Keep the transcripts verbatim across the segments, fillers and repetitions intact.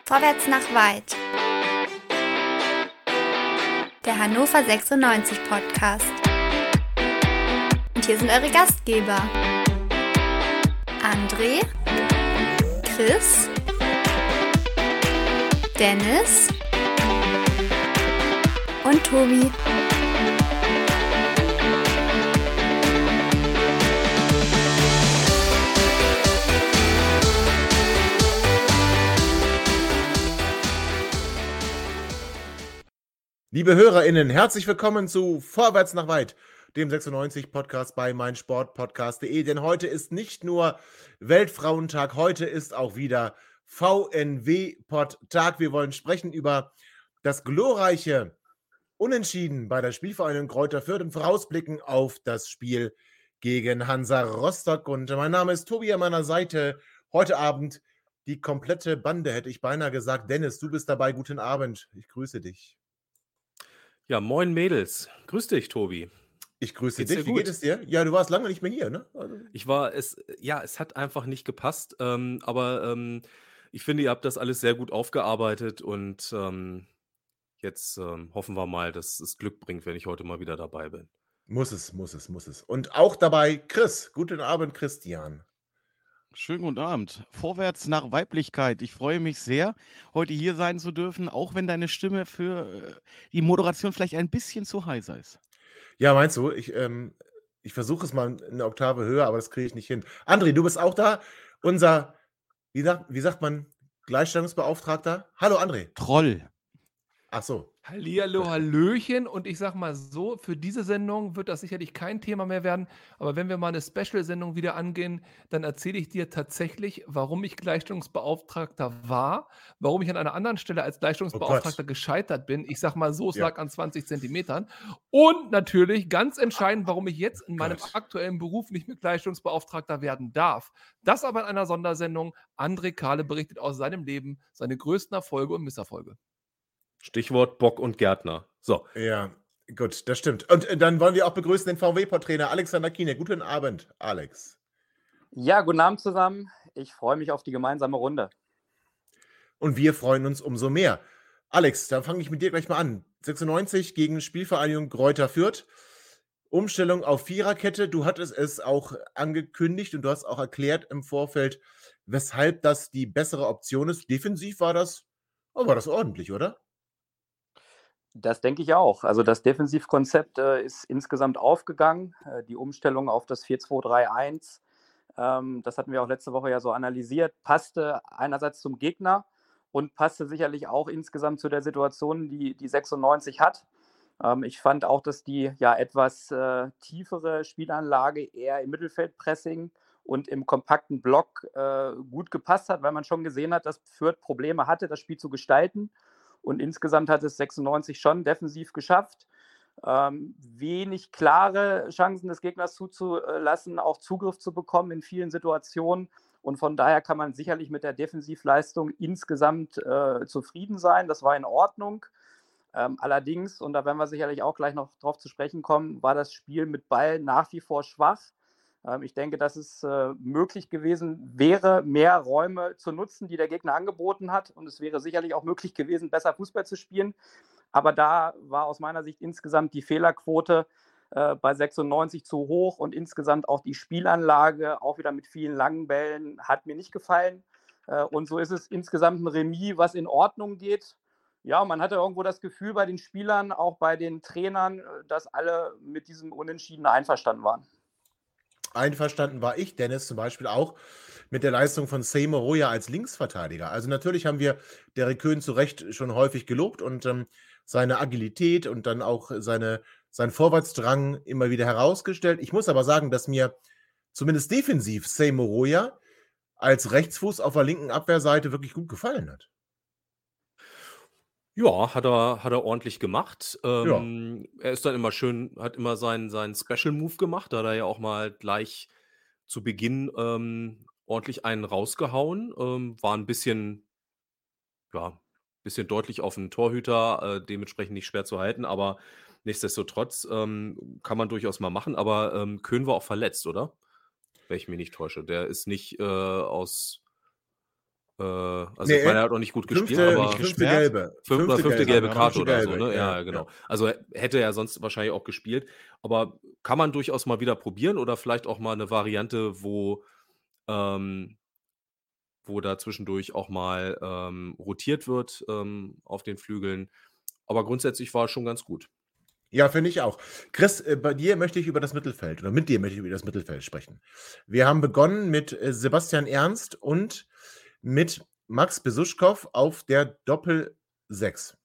Vorwärts nach weit. Der Hannover sechsundneunzig Podcast. Und hier sind eure Gastgeber. André, Chris, Dennis und Tobi. Liebe HörerInnen, herzlich willkommen zu Vorwärts nach weit, dem sechsundneunzig Podcast bei meinsportpodcast punkt de. Denn heute ist nicht nur Weltfrauentag, heute ist auch wieder V N W-Pod-Tag. Wir wollen sprechen über das glorreiche Unentschieden bei der Spielvereinigung Greuther Fürth und vorausblicken auf das Spiel gegen Hansa Rostock. Und mein Name ist Tobi, an meiner Seite heute Abend die komplette Bande, hätte ich beinahe gesagt. Dennis, du bist dabei, guten Abend, ich grüße dich. Ja, moin Mädels. Grüß dich, Tobi. Ich grüße Geht's dich. dir Wie gut? geht es dir? Ja, du warst lange nicht mehr hier, ne? Also, Ich war es, ja, es hat einfach nicht gepasst, ähm, aber ähm, ich finde, ihr habt das alles sehr gut aufgearbeitet und ähm, jetzt ähm, hoffen wir mal, dass es Glück bringt, wenn ich heute mal wieder dabei bin. muss es, muss es, muss es. Und auch dabei Chris. Guten Abend, Christian. Schönen guten Abend. Vorwärts nach Weiblichkeit. Ich freue mich sehr, heute hier sein zu dürfen, auch wenn deine Stimme für äh, die Moderation vielleicht ein bisschen zu heiser ist. Ja, meinst du? Ich, ähm, ich versuche es mal eine Oktave höher, aber das kriege ich nicht hin. André, du bist auch da. Unser, wie sagt, wie sagt man, Gleichstellungsbeauftragter? Hallo, André. Troll. Ach so. Hallihallo, Hallöchen, und ich sag mal so, für diese Sendung wird das sicherlich kein Thema mehr werden, aber wenn wir mal eine Special-Sendung wieder angehen, dann erzähle ich dir tatsächlich, warum ich Gleichstellungsbeauftragter war, warum ich an einer anderen Stelle als Gleichstellungsbeauftragter Oh Gott. gescheitert bin. Ich sag mal so, es Ja. lag an zwanzig Zentimetern. Und natürlich ganz entscheidend, warum ich jetzt in meinem Gott. aktuellen Beruf nicht mehr Gleichstellungsbeauftragter werden darf. Das aber in einer Sondersendung. André Kahle berichtet aus seinem Leben seine größten Erfolge und Misserfolge. Stichwort Bock und Gärtner. So, Ja, gut, das stimmt. Und äh, dann wollen wir auch begrüßen den V W-Pod-Trainer Alexander Kiene. Guten Abend, Alex. Ja, guten Abend zusammen. Ich freue mich auf die gemeinsame Runde. Und wir freuen uns umso mehr. Alex, dann fange ich mit dir gleich mal an. sechsundneunzig gegen Spielvereinigung Greuther Fürth. Umstellung auf Viererkette. Du hattest es auch angekündigt und du hast auch erklärt im Vorfeld, weshalb das die bessere Option ist. Defensiv war das, oh, war das ordentlich, oder? Das denke ich auch. Also das Defensivkonzept äh, ist insgesamt aufgegangen. Äh, die Umstellung auf das vier zwei drei eins, ähm, das hatten wir auch letzte Woche ja so analysiert, passte einerseits zum Gegner und passte sicherlich auch insgesamt zu der Situation, die die sechsundneunzig hat. Ähm, ich fand auch, dass die ja etwas äh, tiefere Spielanlage eher im Mittelfeldpressing und im kompakten Block äh, gut gepasst hat, weil man schon gesehen hat, dass Fürth Probleme hatte, das Spiel zu gestalten. Und insgesamt hat es sechsundneunzig schon defensiv geschafft, ähm, wenig klare Chancen des Gegners zuzulassen, auch Zugriff zu bekommen in vielen Situationen. Und von daher kann man sicherlich mit der Defensivleistung insgesamt äh, zufrieden sein. Das war in Ordnung. Ähm, allerdings, und da werden wir sicherlich auch gleich noch drauf zu sprechen kommen, war das Spiel mit Ball nach wie vor schwach. Ähm, ich denke, dass es äh, möglich gewesen wäre, mehr Räume zu nutzen, die der Gegner angeboten hat. Und es wäre sicherlich auch möglich gewesen, besser Fußball zu spielen. Aber da war aus meiner Sicht insgesamt die Fehlerquote äh, bei sechsundneunzig zu hoch und insgesamt auch die Spielanlage, auch wieder mit vielen langen Bällen, hat mir nicht gefallen. Äh, und so ist es insgesamt ein Remis, was in Ordnung geht. Ja, man hatte irgendwo das Gefühl bei den Spielern, auch bei den Trainern, dass alle mit diesem Unentschieden einverstanden waren. Einverstanden war ich, Dennis, zum Beispiel auch mit der Leistung von Seymour Roya als Linksverteidiger. Also natürlich haben wir Derek Köhn zu Recht schon häufig gelobt und ähm, seine Agilität und dann auch seine, sein Vorwärtsdrang immer wieder herausgestellt. Ich muss aber sagen, dass mir zumindest defensiv Seymour Roya als Rechtsfuß auf der linken Abwehrseite wirklich gut gefallen hat. ja, hat er, hat er ordentlich gemacht. Ja, Ähm, er ist dann immer schön, hat immer seinen, seinen Special Move gemacht. Da hat er ja auch mal gleich zu Beginn ähm, ordentlich einen rausgehauen. Ähm, war ein bisschen, ja, bisschen deutlich auf den Torhüter, äh, dementsprechend nicht schwer zu halten, aber nichtsdestotrotz ähm, kann man durchaus mal machen. Aber ähm, Köhn war auch verletzt, oder? Wenn ich mich nicht täusche. Der ist nicht äh, aus Äh, also Nee, ich meine, er hat auch nicht gut gespielt, fünfte, aber Nicht fünfte gesperrt? gelbe. fünf, oder Fünfte fünfte gelbe. gelbe Karte Fünfte oder so, gelbe, ne? ja, Ja, ja. genau. Also hätte er sonst wahrscheinlich auch gespielt. Aber kann man durchaus mal wieder probieren oder vielleicht auch mal eine Variante, wo, ähm, wo da zwischendurch auch mal ähm, rotiert wird ähm, auf den Flügeln. Aber grundsätzlich war es schon ganz gut. Ja, finde ich auch. Chris, äh, bei dir möchte ich über das Mittelfeld oder mit dir möchte ich über das Mittelfeld sprechen. Wir haben begonnen mit äh, Sebastian Ernst und mit Max Besuschkow auf der Doppel sechs.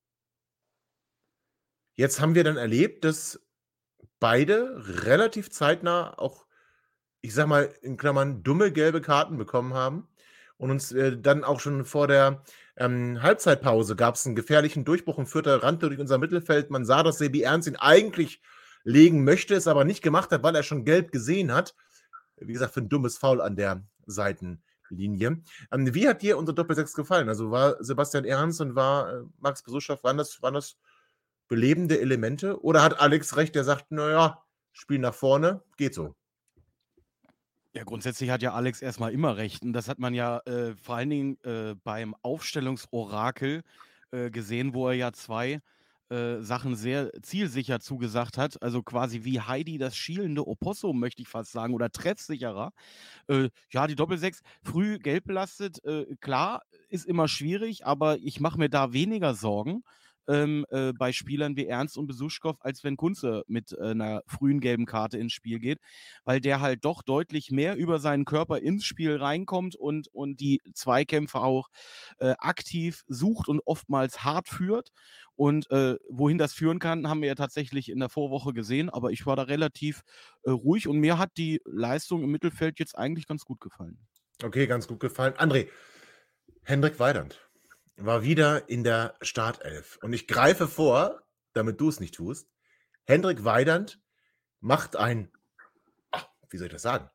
Jetzt haben wir dann erlebt, dass beide relativ zeitnah auch, ich sag mal, in Klammern, dumme gelbe Karten bekommen haben. Und uns äh, dann auch schon vor der ähm, Halbzeitpause gab es einen gefährlichen Durchbruch und Fürther rannte durch unser Mittelfeld. Man sah, dass Sebi Ernst ihn eigentlich legen möchte, es aber nicht gemacht hat, weil er schon gelb gesehen hat. Wie gesagt, für ein dummes Foul an der Seitenlinie. Ähm, wie hat dir unsere Doppel-Sechs gefallen? Also war Sebastian Ernst und war äh, Max Besuschkow, waren das, waren das belebende Elemente? Oder hat Alex recht, der sagt, naja, Spiel nach vorne, geht so. Ja, grundsätzlich hat ja Alex erstmal immer recht. Und das hat man ja äh, vor allen Dingen äh, beim Aufstellungsorakel äh, gesehen, wo er ja zwei äh, Sachen sehr zielsicher zugesagt hat. Also quasi wie Heidi das schielende Opossum, möchte ich fast sagen, oder treffsicherer. Äh, ja, die Doppelsechs, früh gelb belastet, äh, klar, ist immer schwierig, aber ich mache mir da weniger Sorgen ähm, äh, bei Spielern wie Ernst und Besuschkow, als wenn Kunze mit äh, einer frühen gelben Karte ins Spiel geht, weil der halt doch deutlich mehr über seinen Körper ins Spiel reinkommt und, und die Zweikämpfe auch äh, aktiv sucht und oftmals hart führt. Und äh, wohin das führen kann, haben wir ja tatsächlich in der Vorwoche gesehen, aber ich war da relativ äh, ruhig und mir hat die Leistung im Mittelfeld jetzt eigentlich ganz gut gefallen. Okay, ganz gut gefallen. André, Hendrik Weidand war wieder in der Startelf. Und ich greife vor, damit du es nicht tust. Hendrik Weidand macht ein, ach, wie soll ich das sagen?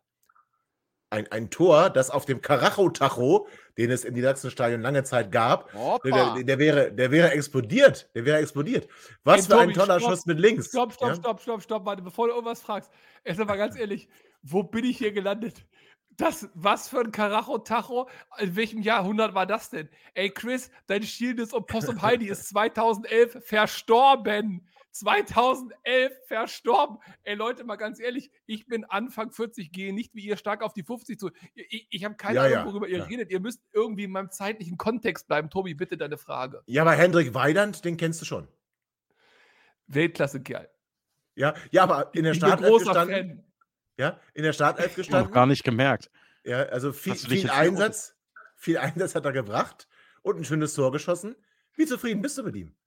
Ein, ein Tor, das auf dem Karacho-Tacho, den es im Niedersachsenstadion lange Zeit gab, der, der, der, wäre, der wäre explodiert. Der wäre explodiert. Was Ey, für ein Tobi, toller stopp, Schuss mit links. Stopp, stopp, Ja? stopp, stopp, stopp, warte, bevor du irgendwas fragst. Erst mal ganz ehrlich, wo bin ich hier gelandet? Das, was für ein Karacho-Tacho? In welchem Jahrhundert war das denn? Ey, Chris, dein schielendes Opossum Heidi ist zweitausendelf verstorben. zweitausendelf verstorben. Ey, Leute, mal ganz ehrlich, ich bin Anfang vierzig, gehe nicht wie ihr stark auf die fünfzig zu. Ich, ich habe keine Ja, Ahnung, ja, worüber ihr ja. redet. Ihr müsst irgendwie in meinem zeitlichen Kontext bleiben. Tobi, bitte deine Frage. Ja, aber Hendrik Weidand, den kennst du schon. Weltklasse-Kerl. Ja, ja, aber in der Ich bin Startelf großer gestanden. Fan. Ja, in der Startelf Noch gestanden. gar nicht gemerkt. Ja, also viel, Hast du dich viel jetzt hier Einsatz, viel Einsatz hat er gebracht und ein schönes Tor geschossen. Wie zufrieden bist du mit ihm?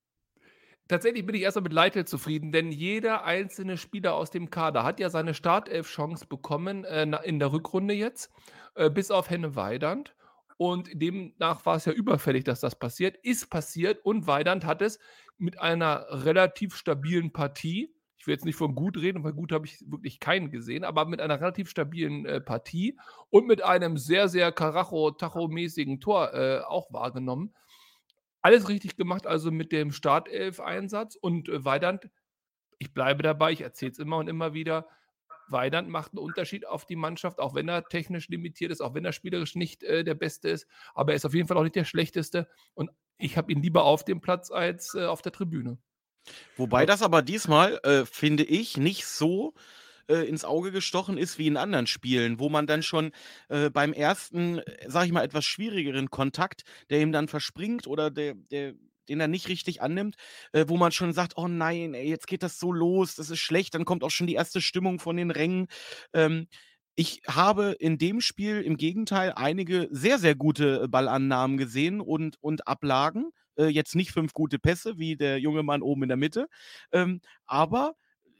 Tatsächlich bin ich erstmal mit Leitl zufrieden, denn jeder einzelne Spieler aus dem Kader hat ja seine Startelf-Chance bekommen äh, na- in der Rückrunde jetzt, äh, bis auf Henne Weidand. Und demnach war es ja überfällig, dass das passiert. Ist passiert und Weidand hat es mit einer relativ stabilen Partie, ich will jetzt nicht von gut reden, weil gut habe ich wirklich keinen gesehen, aber mit einer relativ stabilen äh, Partie und mit einem sehr, sehr Karacho-Tacho-mäßigen Tor äh, auch wahrgenommen. Alles richtig gemacht, also mit dem Startelf-Einsatz und äh, Weidand, ich bleibe dabei, ich erzähle es immer und immer wieder, Weidand macht einen Unterschied auf die Mannschaft, auch wenn er technisch limitiert ist, auch wenn er spielerisch nicht äh, der Beste ist, aber er ist auf jeden Fall auch nicht der Schlechteste und ich habe ihn lieber auf dem Platz als äh, auf der Tribüne. Wobei das aber diesmal, äh, finde ich, nicht so äh, ins Auge gestochen ist wie in anderen Spielen, wo man dann schon äh, beim ersten, äh, sag ich mal, etwas schwierigeren Kontakt, der ihm dann verspringt oder der, der, den er nicht richtig annimmt, äh, wo man schon sagt, oh nein, ey, jetzt geht das so los, das ist schlecht, dann kommt auch schon die erste Stimmung von den Rängen. Ähm, ich habe in dem Spiel im Gegenteil einige sehr, sehr gute Ballannahmen gesehen und, und Ablagen. Äh, jetzt nicht fünf gute Pässe, wie der junge Mann oben in der Mitte, ähm, aber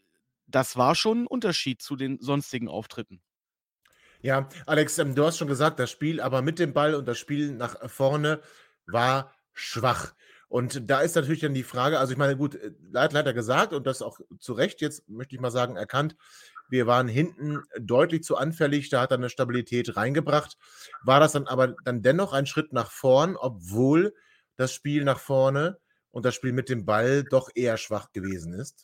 das war schon ein Unterschied zu den sonstigen Auftritten. Ja, Alex, ähm, du hast schon gesagt, das Spiel aber mit dem Ball und das Spiel nach vorne war schwach. Und da ist natürlich dann die Frage, also ich meine, gut, äh, Leitl hat er gesagt und das auch zu Recht jetzt, möchte ich mal sagen, erkannt, wir waren hinten deutlich zu anfällig, da hat er eine Stabilität reingebracht. War das dann aber dann dennoch ein Schritt nach vorn, obwohl das Spiel nach vorne und das Spiel mit dem Ball doch eher schwach gewesen ist?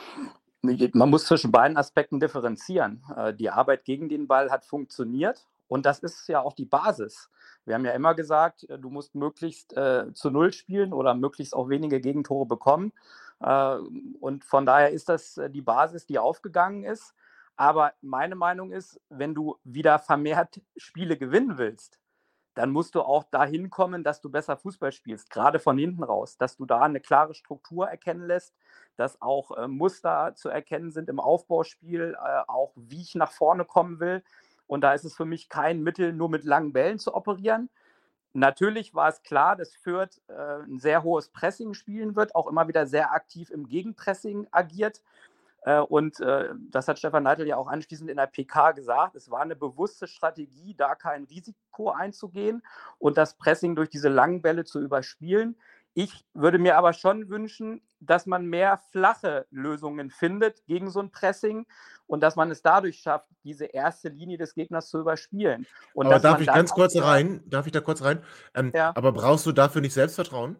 Man muss zwischen beiden Aspekten differenzieren. Äh, Die Arbeit gegen den Ball hat funktioniert Und das ist ja auch die Basis. Wir haben ja immer gesagt, äh, du musst möglichst äh, zu Null spielen oder möglichst auch wenige Gegentore bekommen. Äh, und von daher ist das äh, die Basis, die aufgegangen ist. Aber meine Meinung ist, wenn du wieder vermehrt Spiele gewinnen willst, dann musst du auch dahin kommen, dass du besser Fußball spielst, gerade von hinten raus, dass du da eine klare Struktur erkennen lässt, dass auch äh, Muster zu erkennen sind im Aufbauspiel, äh, auch wie ich nach vorne kommen will. Und da ist es für mich kein Mittel, nur mit langen Bällen zu operieren. Natürlich war es klar, dass Fürth äh, ein sehr hohes Pressing spielen wird, auch immer wieder sehr aktiv im Gegenpressing agiert. Äh, und äh, das hat Stefan Neidl ja auch anschließend in der P K gesagt. Es war eine bewusste Strategie, da kein Risiko einzugehen und das Pressing durch diese langen Bälle zu überspielen. Ich würde mir aber schon wünschen, dass man mehr flache Lösungen findet gegen so ein Pressing und dass man es dadurch schafft, diese erste Linie des Gegners zu überspielen. Und Aber dass darf man ich dann ganz auch kurz wieder- rein? Darf ich da kurz rein? Ähm, Ja. Aber brauchst du dafür nicht Selbstvertrauen?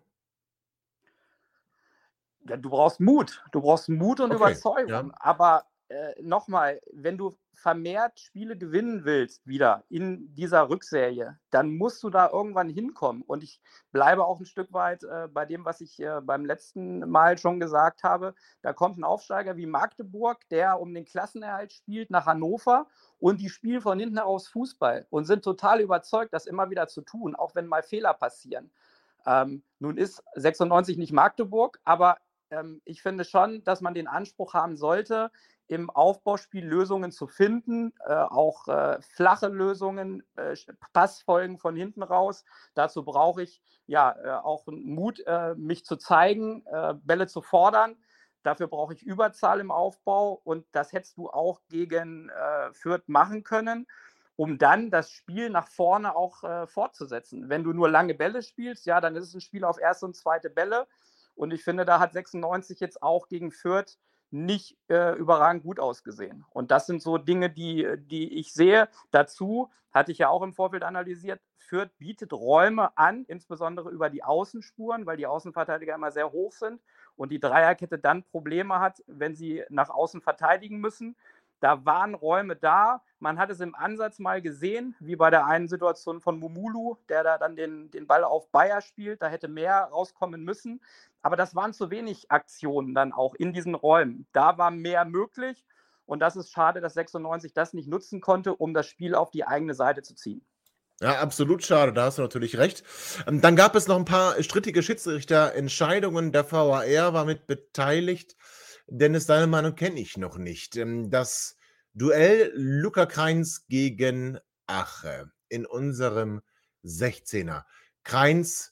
Ja, du brauchst Mut. Du brauchst Mut und Okay, Überzeugung. ja. Aber äh, nochmal, wenn du vermehrt Spiele gewinnen willst, wieder in dieser Rückserie, dann musst du da irgendwann hinkommen. Und ich bleibe auch ein Stück weit äh, bei dem, was ich äh, beim letzten Mal schon gesagt habe. Da kommt ein Aufsteiger wie Magdeburg, der um den Klassenerhalt spielt, nach Hannover und die spielen von hinten heraus Fußball und sind total überzeugt, das immer wieder zu tun, auch wenn mal Fehler passieren. Ähm, nun ist sechsundneunzig nicht Magdeburg, aber ähm, ich finde schon, dass man den Anspruch haben sollte, im Aufbauspiel Lösungen zu finden, äh, auch äh, flache Lösungen, äh, Passfolgen von hinten raus. Dazu brauche ich ja äh, auch Mut, äh, mich zu zeigen, äh, Bälle zu fordern. Dafür brauche ich Überzahl im Aufbau und das hättest du auch gegen äh, Fürth machen können, um dann das Spiel nach vorne auch äh, fortzusetzen. Wenn du nur lange Bälle spielst, ja, dann ist es ein Spiel auf erste und zweite Bälle. Und ich finde, da hat sechsundneunzig jetzt auch gegen Fürth nicht äh, überragend gut ausgesehen. Und das sind so Dinge, die, die ich sehe. Dazu hatte ich ja auch im Vorfeld analysiert, Fürth bietet Räume an, insbesondere über die Außenspuren, weil die Außenverteidiger immer sehr hoch sind und die Dreierkette dann Probleme hat, wenn sie nach außen verteidigen müssen. Da waren Räume da. Man hat es im Ansatz mal gesehen, wie bei der einen Situation von Mumulu, der da dann den, den Ball auf Bayer spielt. Da hätte mehr rauskommen müssen. Aber das waren zu wenig Aktionen dann auch in diesen Räumen. Da war mehr möglich. Und das ist schade, dass sechsundneunzig das nicht nutzen konnte, um das Spiel auf die eigene Seite zu ziehen. Ja, absolut schade, da hast du natürlich recht. Ähm, Dann gab es noch ein paar strittige Schiedsrichterentscheidungen. Der V A R war mit beteiligt. Dennis, deine Meinung kenne ich noch nicht. Ähm, Das Duell Luca Kreins gegen Ache in unserem sechzehner. Kreins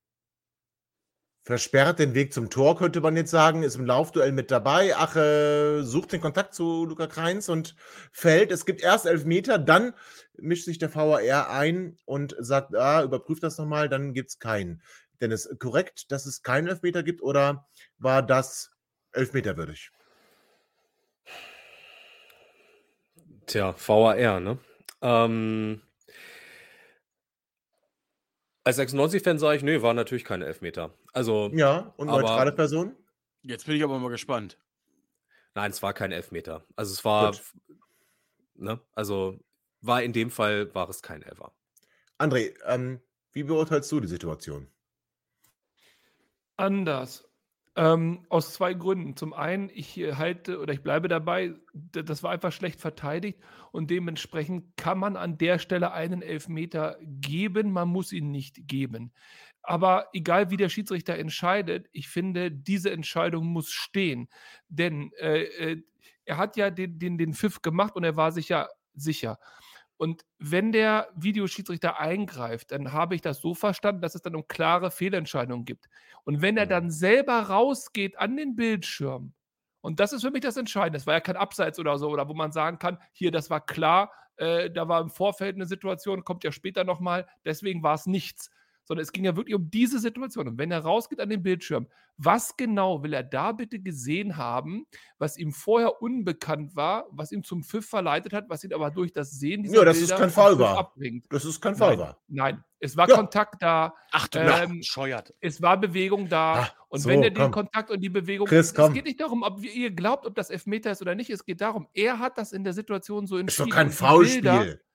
versperrt den Weg zum Tor, könnte man jetzt sagen, ist im Laufduell mit dabei. Ache sucht den Kontakt zu Luca Kreins und fällt. Es gibt erst Elfmeter, dann mischt sich der V A R ein und sagt, ah, überprüft das nochmal, dann gibt es keinen. Dennis, korrekt, dass es keinen Elfmeter gibt oder war das elfmeterwürdig? Tja, V A R, ne? Ähm, als sechsundneunzig-Fan sage ich, nee, war natürlich keine Elfmeter. Also, Ja, und Aber- neutrale Person? Jetzt bin ich aber mal gespannt. nein, es war kein Elfmeter. Also es war, Gut. ne? Also war in dem Fall, war es kein Elfer. André, ähm, wie beurteilst du die Situation? Anders. Ähm, aus zwei Gründen. Zum einen, ich äh, halte oder ich bleibe dabei, d- das war einfach schlecht verteidigt und dementsprechend kann man an der Stelle einen Elfmeter geben, man muss ihn nicht geben. Aber egal wie der Schiedsrichter entscheidet, ich finde, diese Entscheidung muss stehen. Denn äh, äh, er hat ja den, den, den Pfiff gemacht und er war sich ja sicher. Und wenn der Videoschiedsrichter eingreift, dann habe ich das so verstanden, dass es dann um klare Fehlentscheidungen gibt. Und wenn er Mhm. dann selber rausgeht an den Bildschirm, und das ist für mich das Entscheidende, es war ja kein Abseits oder so, oder wo man sagen kann, hier, das war klar, äh, da war im Vorfeld eine Situation, kommt ja später nochmal, deswegen war es nichts. Sondern es ging ja wirklich um diese Situation. Und wenn er rausgeht an den Bildschirm, was genau will er da bitte gesehen haben, was ihm vorher unbekannt war, was ihm zum Pfiff verleitet hat, was ihn aber durch das Sehen dieser Ja, dass es Bilder kein vom Foul Pfiff war. abbringt? Das ist kein Fall Nein, war. nein, es war Ja. Kontakt da, Ach du Ähm, scheuert. es war Bewegung da. Ah, und so, wenn er den komm. Kontakt und die Bewegung. Chris, es komm. geht nicht darum, ob ihr glaubt, ob das Elfmeter ist oder nicht. Es geht darum, er hat das in der Situation so Ist entschieden. doch kein Und die Bilder- Foulspiel.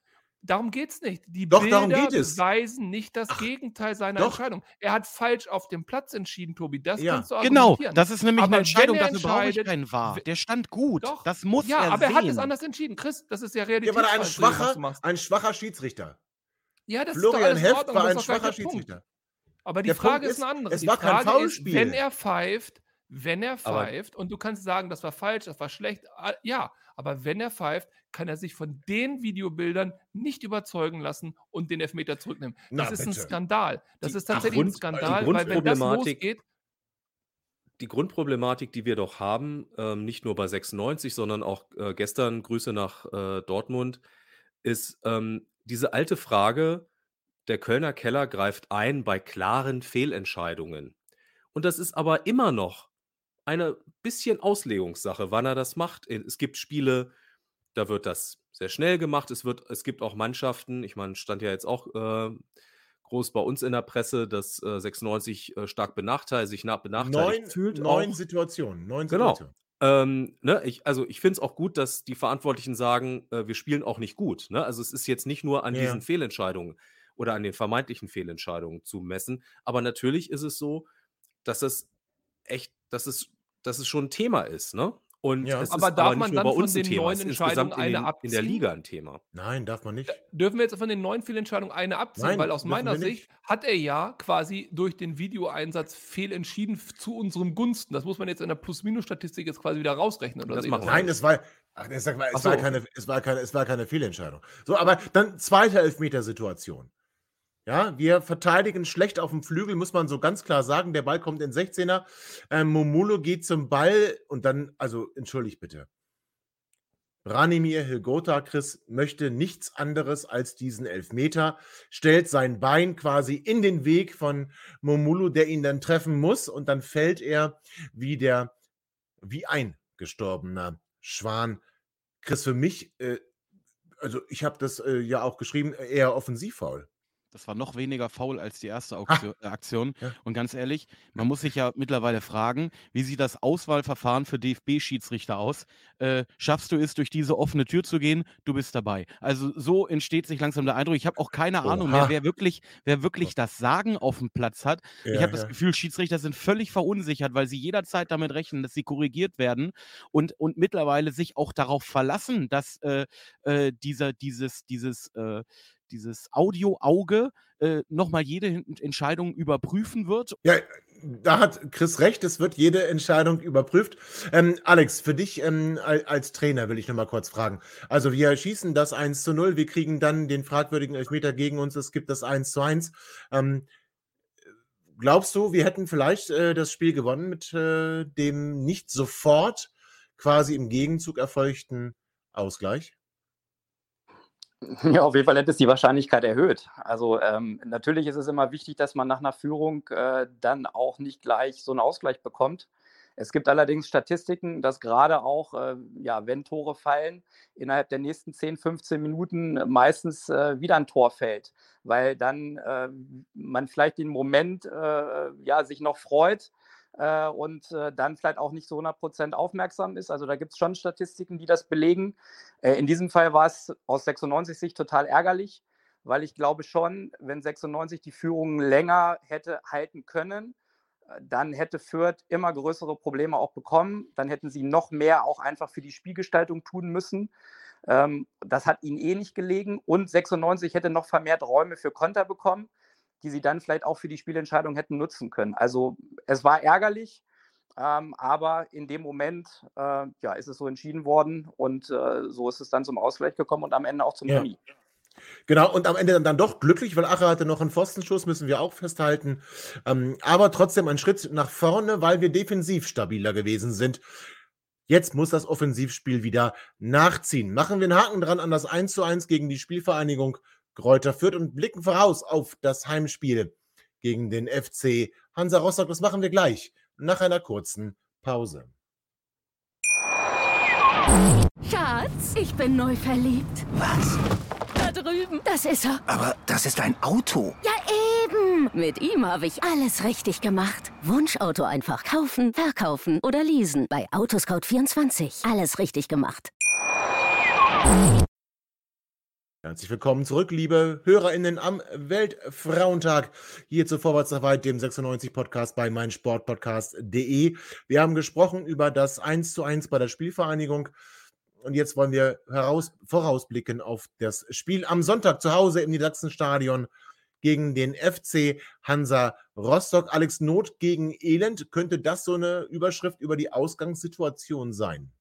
Darum geht es nicht. Die Doch, darum Bilder geht es. beweisen nicht das Ach, Gegenteil seiner doch. Entscheidung. Er hat falsch auf dem Platz entschieden, Tobi. Das Ja. kannst du Genau, argumentieren. das ist nämlich Aber eine wenn Entscheidung, er dafür brauche ich entscheidet, keinen V A R. we- Der stand gut. Doch. Das muss Ja, er aber er hat es sehen. anders entschieden. Chris, das ist ja Der war da ein realitätsfrei, Entschuldigung, was du schwacher, machst. ein schwacher Schiedsrichter. Ja, das ist doch Florian alles in Heft Ordnung. war Das ein ist doch gar schwacher nicht der Punkt. Schiedsrichter. Aber die Der Punkt Frage ist ist, eine andere. es Die war kein Frage ist, Foulspiel. wenn er pfeift, wenn er Aber pfeift, und du kannst sagen, das war falsch, das war schlecht, ah, ja, aber wenn er pfeift, kann er sich von den Videobildern nicht überzeugen lassen und den Elfmeter zurücknehmen. Na, Das ist ein bitte. Skandal. Das die, ist die, tatsächlich ein Grund, die Skandal, weil wenn das Grundproblematik, losgeht, die Grundproblematik, die wir doch haben, ähm, nicht nur bei sechsundneunzig, sondern auch äh, gestern, Grüße nach äh, Dortmund, ist ähm, diese alte Frage, der Kölner Keller greift ein bei klaren Fehlentscheidungen. Und das ist aber immer noch eine bisschen Auslegungssache, wann er das macht. Es gibt Spiele, da wird das sehr schnell gemacht. Es, wird, es gibt auch Mannschaften, ich meine, stand ja jetzt auch äh, groß bei uns in der Presse, dass äh, sechsundneunzig äh, stark benachteiligt, sich nach benachteiligt Neun, fühlt. neun Auch. Situationen. Neun Genau. Situationen. Ähm, ne, ich, also ich finde es auch gut, dass die Verantwortlichen sagen, äh, wir spielen auch nicht gut. Ne? Also es ist jetzt nicht nur an Ja. diesen Fehlentscheidungen oder an den vermeintlichen Fehlentscheidungen zu messen. Aber natürlich ist es so, dass es echt, dass es, dass es schon ein Thema ist, ne? Und Ja. es aber ist darf aber man nicht nur dann bei von uns ein den Thema, neun es ist Entscheidungen insgesamt in, eine den, in der abziehen? Liga ein Thema. Nein, darf man nicht. Dürfen wir jetzt von den neuen Fehlentscheidungen eine abziehen? Nein, Weil aus dürfen meiner wir nicht. Sicht hat er ja quasi durch den Videoeinsatz fehlentschieden f- zu unserem Gunsten. Das muss man jetzt in der Plus-Minus-Statistik jetzt quasi wieder rausrechnen. Oder Das sehe ich machen das wir Nein, falsch? es war, ach, es war, Ach es war, so, keine, okay. es, war keine, es war keine Fehlentscheidung. So, aber dann zweite Elfmetersituation. Ja, wir verteidigen schlecht auf dem Flügel, muss man so ganz klar sagen. Der Ball kommt in sechzehner. Ähm, Momulo geht zum Ball und dann, also entschuldigt bitte. Branimir Hrgota, Chris, möchte nichts anderes als diesen Elfmeter, stellt sein Bein quasi in den Weg von Momulo, der ihn dann treffen muss, und dann fällt er wie der, wie ein gestorbener Schwan. Chris, für mich, äh, also ich habe das äh, ja auch geschrieben, äh, eher Offensivfoul. Das war noch weniger faul als die erste Ha, Auktion, äh, Aktion. ja. Und ganz ehrlich, man muss sich ja mittlerweile fragen, wie sieht das Auswahlverfahren für D F B-Schiedsrichter aus? Äh, schaffst du es, durch diese offene Tür zu gehen? Du bist dabei. Also so entsteht sich langsam der Eindruck. Ich habe auch keine Ahnung mehr, Oha. wer wirklich, wer wirklich das Sagen auf dem Platz hat. Ich Ja, habe das ja. Gefühl, Schiedsrichter sind völlig verunsichert, weil sie jederzeit damit rechnen, dass sie korrigiert werden und, und mittlerweile sich auch darauf verlassen, dass äh, äh, dieser, dieses, dieses, äh, dieses Audioauge äh, nochmal jede Hin- Entscheidung überprüfen wird. Ja, da hat Chris recht, es wird jede Entscheidung überprüft. Ähm, Alex, für dich ähm, al- als Trainer will ich noch mal kurz fragen. Also wir schießen das eins zu null, wir kriegen dann den fragwürdigen Elfmeter gegen uns, es gibt das eins zu eins. Ähm, glaubst du, wir hätten vielleicht äh, das Spiel gewonnen mit äh, dem nicht sofort quasi im Gegenzug erfolgten Ausgleich? Ja, auf jeden Fall hätte es die Wahrscheinlichkeit erhöht. Also ähm, natürlich ist es immer wichtig, dass man nach einer Führung äh, dann auch nicht gleich so einen Ausgleich bekommt. Es gibt allerdings Statistiken, dass gerade auch, äh, ja, wenn Tore fallen, innerhalb der nächsten zehn, fünfzehn Minuten meistens äh, wieder ein Tor fällt, weil dann äh, man vielleicht den Moment äh, ja, sich noch freut äh, und äh, dann vielleicht auch nicht so hundert Prozent aufmerksam ist. Also da gibt es schon Statistiken, die das belegen. Äh, in diesem Fall war es aus sechsundneunzig Sicht total ärgerlich, weil ich glaube schon, wenn sechsundneunzig die Führung länger hätte halten können, dann hätte Fürth immer größere Probleme auch bekommen. Dann hätten sie noch mehr auch einfach für die Spielgestaltung tun müssen. Ähm, das hat ihnen eh nicht gelegen. Und sechsundneunzig hätte noch vermehrt Räume für Konter bekommen, die sie dann vielleicht auch für die Spielentscheidung hätten nutzen können. Also es war ärgerlich, ähm, aber in dem Moment äh, ja, ist es so entschieden worden und äh, so ist es dann zum Ausgleich gekommen und am Ende auch zum Ja. Remis. Genau, und am Ende dann, dann doch glücklich, weil Acher hatte noch einen Pfostenschuss, müssen wir auch festhalten. Ähm, aber trotzdem ein Schritt nach vorne, weil wir defensiv stabiler gewesen sind. Jetzt muss das Offensivspiel wieder nachziehen. Machen wir einen Haken dran an das eins zu eins gegen die Spielvereinigung Greuther Fürth und blicken voraus auf das Heimspiel gegen den F C Hansa Rostock. Das machen wir gleich nach einer kurzen Pause. Schatz, ich bin neu verliebt. Was? Da drüben. Das ist er. Aber das ist ein Auto. Ja, eben. Mit ihm habe ich alles richtig gemacht. Wunschauto einfach kaufen, verkaufen oder leasen. Bei Autoscout vierundzwanzig. Alles richtig gemacht. Herzlich willkommen zurück, liebe HörerInnen am Weltfrauentag. Hier zu Vorwärts nach Weit, dem sechsundneunzig Podcast bei meinsportpodcast punkt de. Wir haben gesprochen über das eins zu eins bei der Spielvereinigung. Und jetzt wollen wir heraus, vorausblicken auf das Spiel am Sonntag zu Hause im Niedersachsenstadion gegen den F C Hansa Rostock. Alex, Not gegen Elend. Könnte das so eine Überschrift über die Ausgangssituation sein?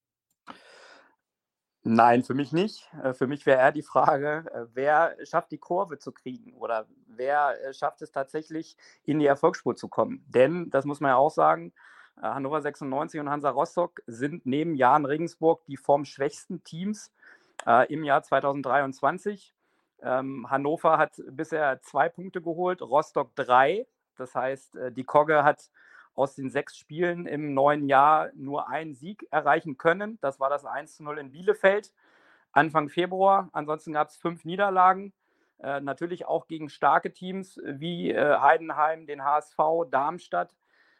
Nein, für mich nicht. Äh, Für mich wäre eher die Frage, äh, wer schafft die Kurve zu kriegen oder wer äh, schafft es tatsächlich, in die Erfolgsspur zu kommen. Denn, das muss man ja auch sagen, äh, Hannover sechsundneunzig und Hansa Rostock sind neben Jahn Regensburg die formschwächsten Teams äh, im Jahr zweitausenddreiundzwanzig. Ähm, Hannover hat bisher zwei Punkte geholt, Rostock drei. Das heißt, äh, die Kogge hat aus den sechs Spielen im neuen Jahr nur einen Sieg erreichen können. Das war das eins zu null in Bielefeld Anfang Februar. Ansonsten gab es fünf Niederlagen. Äh, natürlich auch gegen starke Teams wie äh, Heidenheim, den H S V, Darmstadt.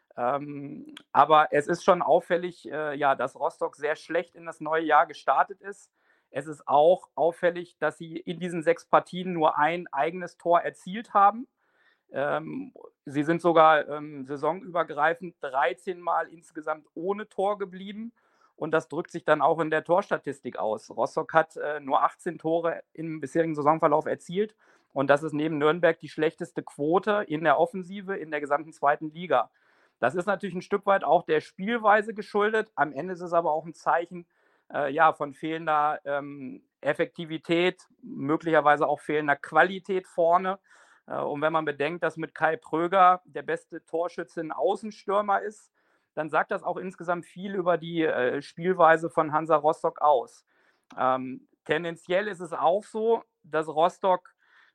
Ähm, aber es ist schon auffällig, äh, ja, dass Rostock sehr schlecht in das neue Jahr gestartet ist. Es ist auch auffällig, dass sie in diesen sechs Partien nur ein eigenes Tor erzielt haben. Ähm, sie sind sogar ähm, saisonübergreifend dreizehn Mal insgesamt ohne Tor geblieben und das drückt sich dann auch in der Torstatistik aus. Rostock hat äh, nur achtzehn Tore im bisherigen Saisonverlauf erzielt und das ist neben Nürnberg die schlechteste Quote in der Offensive in der gesamten zweiten Liga. Das ist natürlich ein Stück weit auch der Spielweise geschuldet. Am Ende ist es aber auch ein Zeichen äh, ja, von fehlender ähm, Effektivität, möglicherweise auch fehlender Qualität vorne. Und wenn man bedenkt, dass mit Kai Pröger der beste Torschütze ein Außenstürmer ist, dann sagt das auch insgesamt viel über die äh, Spielweise von Hansa Rostock aus. Ähm, tendenziell ist es auch so, dass Rostock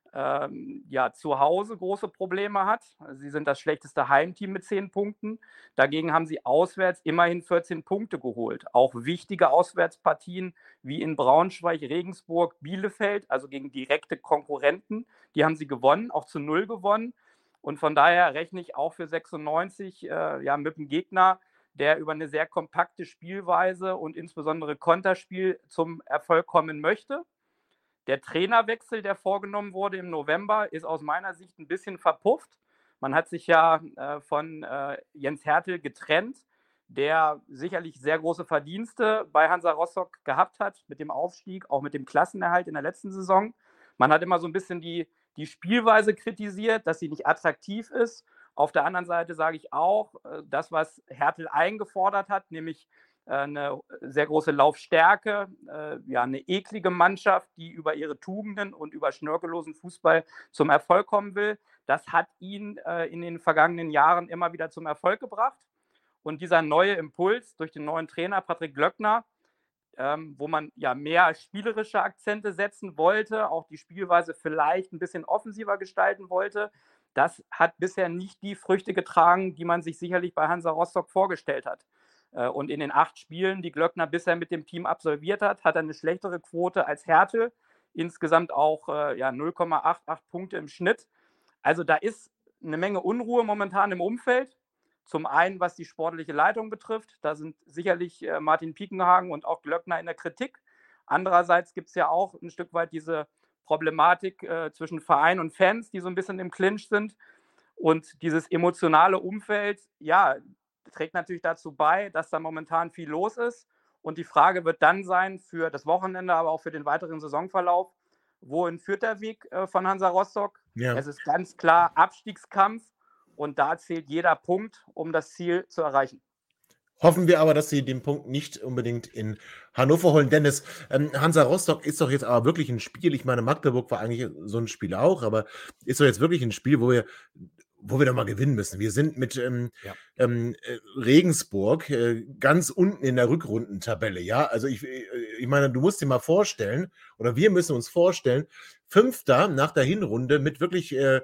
ähm, ja, zu Hause große Probleme hat. Sie sind das schlechteste Heimteam mit zehn Punkten. Dagegen haben sie auswärts immerhin vierzehn Punkte geholt. Auch wichtige Auswärtspartien wie in Braunschweig, Regensburg, Bielefeld, also gegen direkte Konkurrenten, die haben sie gewonnen, auch zu null gewonnen. Und von daher rechne ich auch für sechsundneunzig äh, ja, mit dem Gegner, der über eine sehr kompakte Spielweise und insbesondere Konterspiel zum Erfolg kommen möchte. Der Trainerwechsel, der vorgenommen wurde im November, ist aus meiner Sicht ein bisschen verpufft. Man hat sich ja äh, von äh, Jens Hertel getrennt, der sicherlich sehr große Verdienste bei Hansa Rostock gehabt hat mit dem Aufstieg, auch mit dem Klassenerhalt in der letzten Saison. Man hat immer so ein bisschen die, die Spielweise kritisiert, dass sie nicht attraktiv ist. Auf der anderen Seite sage ich auch, äh, das, was Hertel eingefordert hat, nämlich eine sehr große Laufstärke, äh, ja, eine eklige Mannschaft, die über ihre Tugenden und über schnörkellosen Fußball zum Erfolg kommen will. Das hat ihn äh, in den vergangenen Jahren immer wieder zum Erfolg gebracht. Und dieser neue Impuls durch den neuen Trainer Patrick Glöckner, ähm, wo man ja mehr spielerische Akzente setzen wollte, auch die Spielweise vielleicht ein bisschen offensiver gestalten wollte, das hat bisher nicht die Früchte getragen, die man sich sicherlich bei Hansa Rostock vorgestellt hat. Und in den acht Spielen, die Glöckner bisher mit dem Team absolviert hat, hat er eine schlechtere Quote als Hertel. Insgesamt auch äh, ja, null Komma achtundachtzig Punkte im Schnitt. Also da ist eine Menge Unruhe momentan im Umfeld. Zum einen, was die sportliche Leitung betrifft. Da sind sicherlich äh, Martin Piekenhagen und auch Glöckner in der Kritik. Andererseits gibt es ja auch ein Stück weit diese Problematik äh, zwischen Verein und Fans, die so ein bisschen im Clinch sind. Und dieses emotionale Umfeld, ja, trägt natürlich dazu bei, dass da momentan viel los ist. Und die Frage wird dann sein für das Wochenende, aber auch für den weiteren Saisonverlauf, wohin führt der Weg äh, von Hansa Rostock? Ja. Es ist ganz klar Abstiegskampf und da zählt jeder Punkt, um das Ziel zu erreichen. Hoffen wir aber, dass sie den Punkt nicht unbedingt in Hannover holen. Dennis, ähm, Hansa Rostock ist doch jetzt aber wirklich ein Spiel. Ich meine, Magdeburg war eigentlich so ein Spiel auch, aber ist doch jetzt wirklich ein Spiel, wo wir wo wir doch mal gewinnen müssen. Wir sind mit ähm, ja. ähm, Regensburg äh, ganz unten in der Rückrundentabelle, ja. Also ich, ich meine, du musst dir mal vorstellen, oder wir müssen uns vorstellen, Fünfter nach der Hinrunde mit wirklich, äh,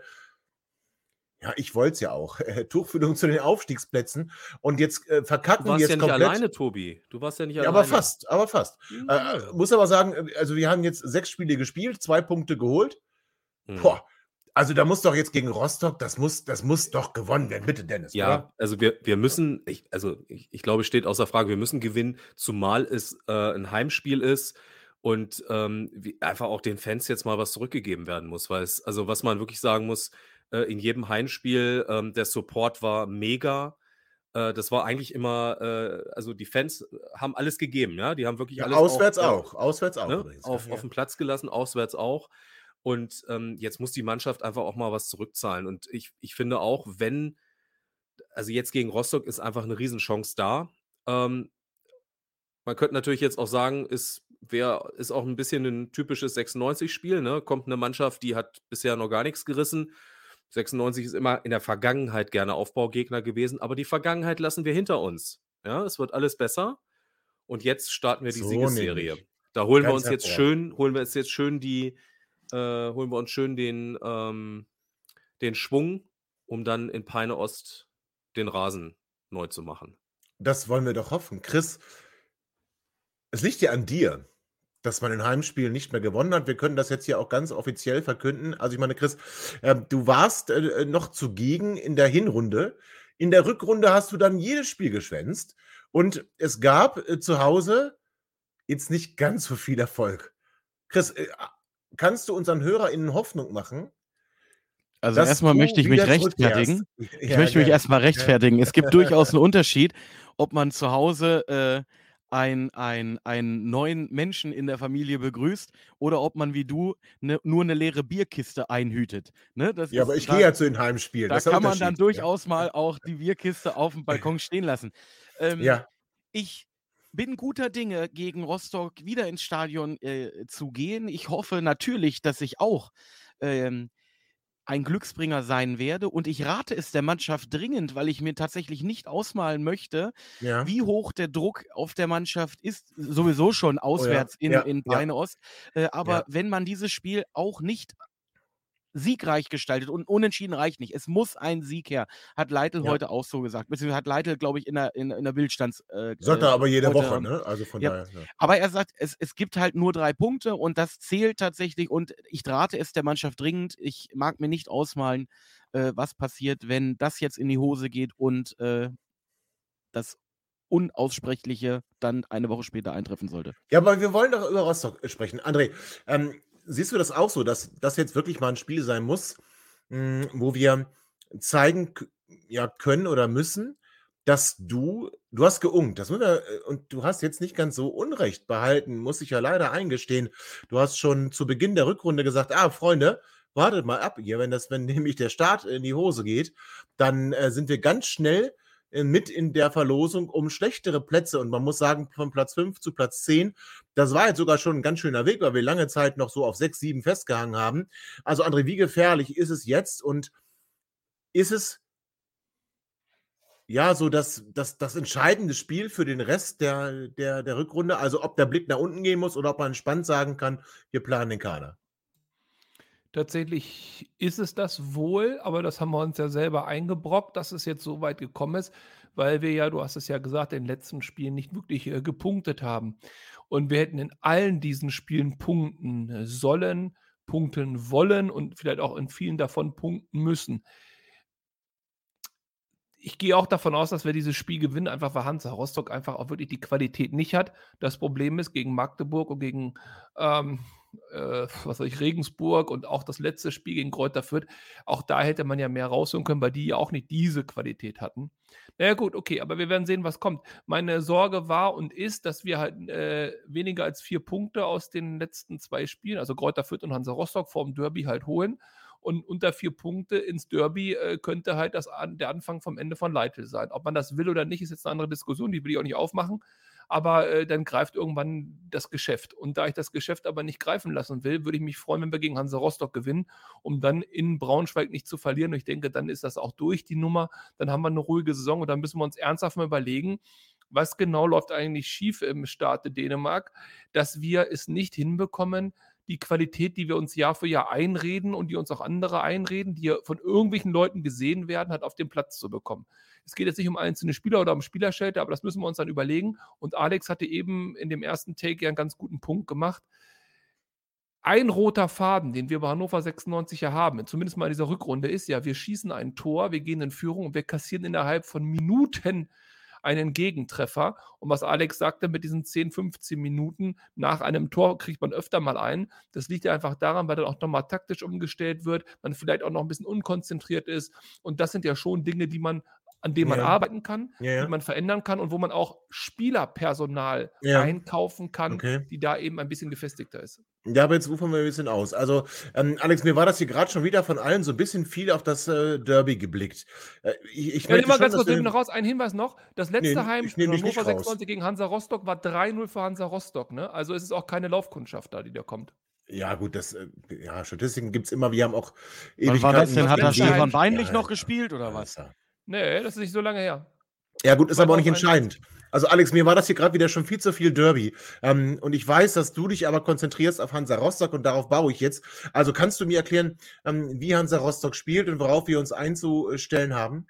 ja, ich wollte es ja auch, äh, Tuchfühlung zu den Aufstiegsplätzen und jetzt äh, verkacken wir jetzt ja komplett. Du warst ja nicht alleine, Tobi. Du warst ja nicht ja, alleine. Aber fast, aber fast. Mhm. Äh, muss aber sagen, also wir haben jetzt sechs Spiele gespielt, zwei Punkte geholt. Mhm. Boah. Also da muss doch jetzt gegen Rostock, das muss, das muss doch gewonnen werden. Bitte, Dennis. Ja, oder? also wir, wir müssen, ich, also ich, ich glaube, steht außer Frage, wir müssen gewinnen, zumal es äh, ein Heimspiel ist Und ähm, wie einfach auch den Fans jetzt mal was zurückgegeben werden muss, weil es, also was man wirklich sagen muss, äh, in jedem Heimspiel, ähm, der Support war mega. Äh, das war eigentlich immer, äh, also die Fans haben alles gegeben, ja, die haben wirklich Ja, alles auch, auswärts äh, auch. Auswärts auch ne, übrigens. auf, Ja, auf ja. den Platz gelassen, auswärts auch. Und ähm, jetzt muss die Mannschaft einfach auch mal was zurückzahlen. Und ich, ich finde auch, wenn, also jetzt gegen Rostock ist einfach eine Riesenchance da. Ähm, man könnte natürlich jetzt auch sagen, ist, wär, ist auch ein bisschen ein typisches sechsundneunzig-Spiel. Ne? Kommt eine Mannschaft, die hat bisher noch gar nichts gerissen. sechsundneunzig ist immer in der Vergangenheit gerne Aufbaugegner gewesen, aber die Vergangenheit lassen wir hinter uns. Ja, es wird alles besser. Und jetzt starten wir die So Siegesserie. nämlich. Da holen wir Ganz uns jetzt hervorragend. schön, holen wir uns jetzt schön die, äh, holen wir uns schön den, ähm, den Schwung, um dann in Peine Ost den Rasen neu zu machen. Das wollen wir doch hoffen. Chris, es liegt ja an dir, dass man in Heimspielen nicht mehr gewonnen hat. Wir können das jetzt hier auch ganz offiziell verkünden. Also ich meine, Chris, äh, du warst äh, noch zugegen in der Hinrunde. In der Rückrunde hast du dann jedes Spiel geschwänzt. Und es gab äh, zu Hause jetzt nicht ganz so viel Erfolg. Chris, äh, kannst du unseren HörerInnen Hoffnung machen? Also dass erstmal du möchte ich mich wieder rechtfertigen. zurückkehrst? Ich Ja, möchte mich gerne. erstmal Ja. rechtfertigen. Es gibt durchaus einen Unterschied, ob man zu Hause äh, ein, ein, einen neuen Menschen in der Familie begrüßt oder ob man wie du ne, nur eine leere Bierkiste einhütet. Ne? Das Ja, ist, aber ich da, gehe ja zu den Heimspielen. da Das ist der kann man dann Unterschied. Ja. durchaus mal auch die Bierkiste auf dem Balkon stehen lassen. Ähm, Ja. Ich bin guter Dinge, gegen Rostock wieder ins Stadion äh, zu gehen. Ich hoffe natürlich, dass ich auch ähm, ein Glücksbringer sein werde. Und ich rate es der Mannschaft dringend, weil ich mir tatsächlich nicht ausmalen möchte, Ja. wie hoch der Druck auf der Mannschaft ist. Sowieso schon auswärts in, Ja, in ja. Peine Ost. Äh, aber Ja. wenn man dieses Spiel auch nicht siegreich gestaltet und unentschieden reicht nicht. Es muss ein Sieg her, hat Leitl Ja. heute auch so gesagt. Beziehungsweise hat Leitl, glaube ich, in der, in, in der Bildstands... Äh, Sagt er äh, aber jede heute, Woche, ne? Also von ja. daher. Ja. Aber er sagt, es, es gibt halt nur drei Punkte und das zählt tatsächlich und ich rate es der Mannschaft dringend. Ich mag mir nicht ausmalen, äh, was passiert, wenn das jetzt in die Hose geht und äh, das Unaussprechliche dann eine Woche später eintreffen sollte. Ja, aber wir wollen doch über Rostock sprechen. André, ähm, siehst du das auch so, dass das jetzt wirklich mal ein Spiel sein muss, mh, wo wir zeigen k- ja, können oder müssen, dass du, du hast geungt, das müssen wir, äh, und du hast jetzt nicht ganz so Unrecht behalten, muss ich ja leider eingestehen. Du hast schon zu Beginn der Rückrunde gesagt, ah, Freunde, wartet mal ab hier, wenn das, wenn nämlich der Start in die Hose geht, dann äh, sind wir ganz schnell äh, mit in der Verlosung um schlechtere Plätze und man muss sagen, von Platz fünf zu Platz zehn, das war jetzt sogar schon ein ganz schöner Weg, weil wir lange Zeit noch so auf sechs, sieben festgehangen haben. Also André, wie gefährlich ist es jetzt und ist es ja so das, das, das entscheidende Spiel für den Rest der, der, der Rückrunde? Also ob der Blick nach unten gehen muss oder ob man entspannt sagen kann, wir planen den Kader. Tatsächlich ist es das wohl, aber das haben wir uns ja selber eingebrockt, dass es jetzt so weit gekommen ist, weil wir ja, du hast es ja gesagt, in den letzten Spielen nicht wirklich äh, gepunktet haben. Und wir hätten in allen diesen Spielen punkten äh, sollen, punkten wollen und vielleicht auch in vielen davon punkten müssen. Ich gehe auch davon aus, dass wir dieses Spiel gewinnen, einfach weil Hansa Rostock einfach auch wirklich die Qualität nicht hat. Das Problem ist, gegen Magdeburg und gegen ähm, äh, was weiß ich, Regensburg und auch das letzte Spiel gegen Greuther Fürth, auch da hätte man ja mehr rausholen können, weil die ja auch nicht diese Qualität hatten. Naja gut, okay, aber wir werden sehen, was kommt. Meine Sorge war und ist, dass wir halt äh, weniger als vier Punkte aus den letzten zwei Spielen, also Greuther Fürth und Hansa Rostock vorm Derby halt holen. Und unter vier Punkte ins Derby äh, könnte halt das an, der Anfang vom Ende von Leitl sein. Ob man das will oder nicht, ist jetzt eine andere Diskussion, die will ich auch nicht aufmachen. Aber äh, dann greift irgendwann das Geschäft. Und da ich das Geschäft aber nicht greifen lassen will, würde ich mich freuen, wenn wir gegen Hansa Rostock gewinnen, um dann in Braunschweig nicht zu verlieren. Und ich denke, dann ist das auch durch, die Nummer. Dann haben wir eine ruhige Saison und dann müssen wir uns ernsthaft mal überlegen, was genau läuft eigentlich schief im Staate Dänemark, dass wir es nicht hinbekommen, die Qualität, die wir uns Jahr für Jahr einreden und die uns auch andere einreden, die von irgendwelchen Leuten gesehen werden, hat auf den Platz zu bekommen. Es geht jetzt nicht um einzelne Spieler oder um Spielerschelte, aber das müssen wir uns dann überlegen. Und Alex hatte eben in dem ersten Take ja einen ganz guten Punkt gemacht. Ein roter Faden, den wir bei Hannover sechsundneunzig ja haben, zumindest mal in dieser Rückrunde, ist ja, wir schießen ein Tor, wir gehen in Führung und wir kassieren innerhalb von Minuten einen Gegentreffer. Und was Alex sagte, mit diesen zehn, fünfzehn Minuten nach einem Tor kriegt man öfter mal ein. Das liegt ja einfach daran, weil dann auch nochmal taktisch umgestellt wird, man vielleicht auch noch ein bisschen unkonzentriert ist. Und das sind ja schon Dinge, die man, an denen man Ja. arbeiten kann, Ja, ja. die man verändern kann und wo man auch Spielerpersonal Ja. einkaufen kann, Okay. die da eben ein bisschen gefestigter ist. Ja, aber jetzt rufen wir ein bisschen aus. Also, ähm, Alex, mir war das hier gerade schon wieder von allen so ein bisschen viel auf das äh, Derby geblickt. Äh, ich ich Ja, möchte mal schon, ganz dass kurz, wir nehmen wir noch raus. Ein Hinweis noch. Das Nee, letzte ich Heimspiel nehme von dich nicht Hannover raus. sechsundneunzig gegen Hansa Rostock war drei null für Hansa Rostock. Ne? Also es ist auch keine Laufkundschaft da, die da kommt. Ja, gut, das, äh, ja, Statistiken gibt es immer. Wir haben auch Wann war das Ewigkeiten denn? Hat da letzte Stefan Heimspiel. Beinlich Ja, noch ja. gespielt oder was? Ja, Nee, das ist nicht so lange her. Ja, gut, ist aber auch nicht zweitausendeinundzwanzig. entscheidend. Also, Alex, mir war das hier gerade wieder schon viel zu viel Derby. Ähm, und ich weiß, dass du dich aber konzentrierst auf Hansa Rostock und darauf baue ich jetzt. Also kannst du mir erklären, ähm, wie Hansa Rostock spielt und worauf wir uns einzustellen haben?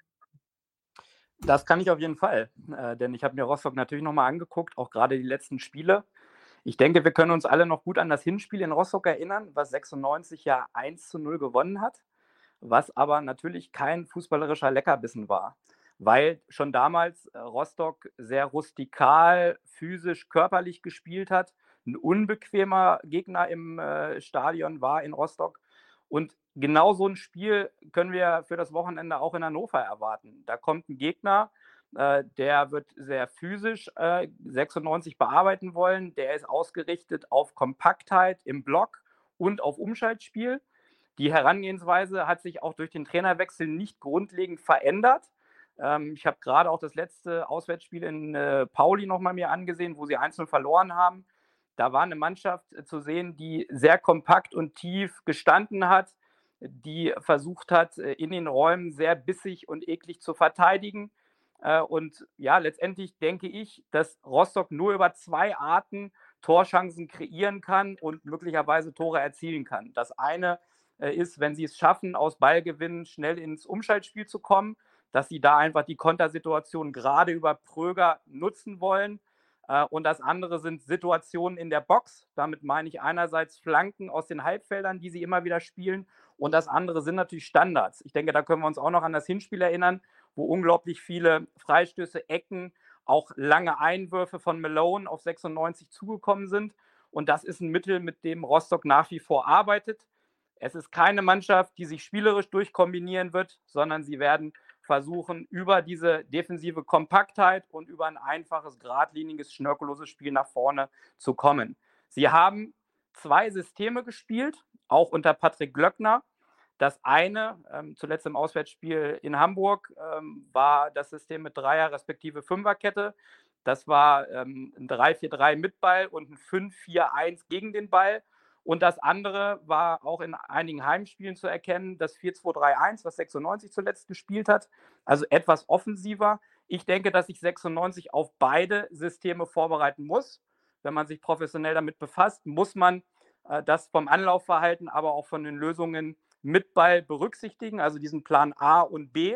Das kann ich auf jeden Fall, äh, denn ich habe mir Rostock natürlich nochmal angeguckt, auch gerade die letzten Spiele. Ich denke, wir können uns alle noch gut an das Hinspiel in Rostock erinnern, was sechsundneunzig ja eins zu null gewonnen hat, was aber natürlich kein fußballerischer Leckerbissen war, weil schon damals äh, Rostock sehr rustikal, physisch, körperlich gespielt hat, ein unbequemer Gegner im äh, Stadion war in Rostock. Und genau so ein Spiel können wir für das Wochenende auch in Hannover erwarten. Da kommt ein Gegner, äh, der wird sehr physisch äh, sechsundneunzig bearbeiten wollen. Der ist ausgerichtet auf Kompaktheit im Block und auf Umschaltspiel. Die Herangehensweise hat sich auch durch den Trainerwechsel nicht grundlegend verändert. Ähm, ich habe gerade auch das letzte Auswärtsspiel in äh, Pauli nochmal mir angesehen, wo sie eins null verloren haben. Da war eine Mannschaft äh, zu sehen, die sehr kompakt und tief gestanden hat, die versucht hat, äh, in den Räumen sehr bissig und eklig zu verteidigen. Äh, und ja, letztendlich denke ich, dass Rostock nur über zwei Arten Torchancen kreieren kann und möglicherweise Tore erzielen kann. Das eine äh, ist, wenn sie es schaffen, aus Ballgewinnen schnell ins Umschaltspiel zu kommen, dass sie da einfach die Kontersituation gerade über Pröger nutzen wollen. Äh, und das andere sind Situationen in der Box. Damit meine ich einerseits Flanken aus den Halbfeldern, die sie immer wieder spielen. Und das andere sind natürlich Standards. Ich denke, da können wir uns auch noch an das Hinspiel erinnern, wo unglaublich viele Freistöße, Ecken, auch lange Einwürfe von Malone auf sechsundneunzig zugekommen sind. Und das ist ein Mittel, mit dem Rostock nach wie vor arbeitet. Es ist keine Mannschaft, die sich spielerisch durchkombinieren wird, sondern sie werden versuchen, über diese defensive Kompaktheit und über ein einfaches, geradliniges, schnörkelloses Spiel nach vorne zu kommen. Sie haben zwei Systeme gespielt, auch unter Patrick Glöckner. Das eine, ähm, zuletzt im Auswärtsspiel in Hamburg, ähm, war das System mit Dreier- respektive Fünferkette. Das war ähm, ein drei vier drei mit Ball und ein fünf vier eins gegen den Ball. Und das andere war auch in einigen Heimspielen zu erkennen, das vier zwei drei eins, was sechsundneunzig zuletzt gespielt hat. Also etwas offensiver. Ich denke, dass sich sechsundneunzig auf beide Systeme vorbereiten muss. Wenn man sich professionell damit befasst, muss man äh, das vom Anlaufverhalten, aber auch von den Lösungen mit Ball berücksichtigen, also diesen Plan A und B.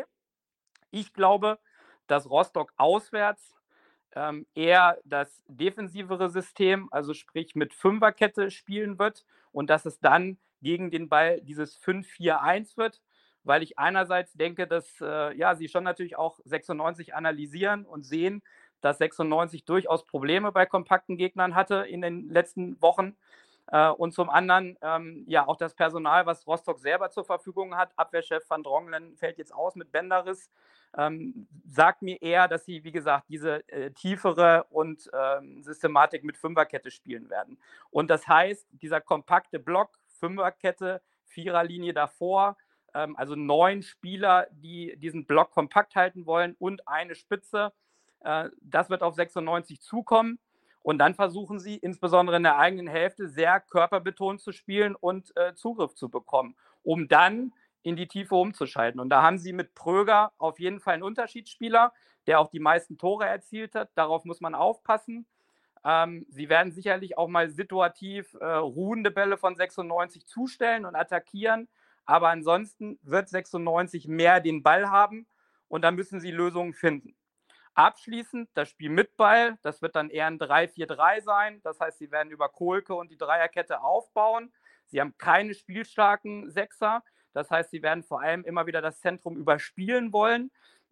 Ich glaube, dass Rostock auswärts ähm, eher das defensivere System, also sprich mit Fünferkette spielen wird und dass es dann gegen den Ball dieses fünf vier eins wird, weil ich einerseits denke, dass äh, ja, sie schon natürlich auch sechsundneunzig analysieren und sehen, dass sechsundneunzig durchaus Probleme bei kompakten Gegnern hatte in den letzten Wochen. Äh, und zum anderen ähm, ja auch das Personal, was Rostock selber zur Verfügung hat. Abwehrchef Van Drongelen fällt jetzt aus mit Bänderriss. Ähm, sagt mir eher, dass sie, wie gesagt, diese äh, tiefere und ähm, Systematik mit Fünferkette spielen werden. Und das heißt, dieser kompakte Block, Fünferkette, Viererlinie davor, ähm, also neun Spieler, die diesen Block kompakt halten wollen und eine Spitze, äh, das wird auf sechsundneunzig zukommen. Und dann versuchen sie, insbesondere in der eigenen Hälfte, sehr körperbetont zu spielen und äh, Zugriff zu bekommen, um dann in die Tiefe umzuschalten. Und da haben sie mit Pröger auf jeden Fall einen Unterschiedsspieler, der auch die meisten Tore erzielt hat. Darauf muss man aufpassen. Ähm, sie werden sicherlich auch mal situativ äh, ruhende Bälle von sechsundneunzig zustellen und attackieren. Aber ansonsten wird sechsundneunzig mehr den Ball haben und da müssen sie Lösungen finden. Abschließend das Spiel mit Ball, das wird dann eher ein drei vier drei sein. Das heißt, sie werden über Kohlke und die Dreierkette aufbauen. Sie haben keine spielstarken Sechser. Das heißt, sie werden vor allem immer wieder das Zentrum überspielen wollen.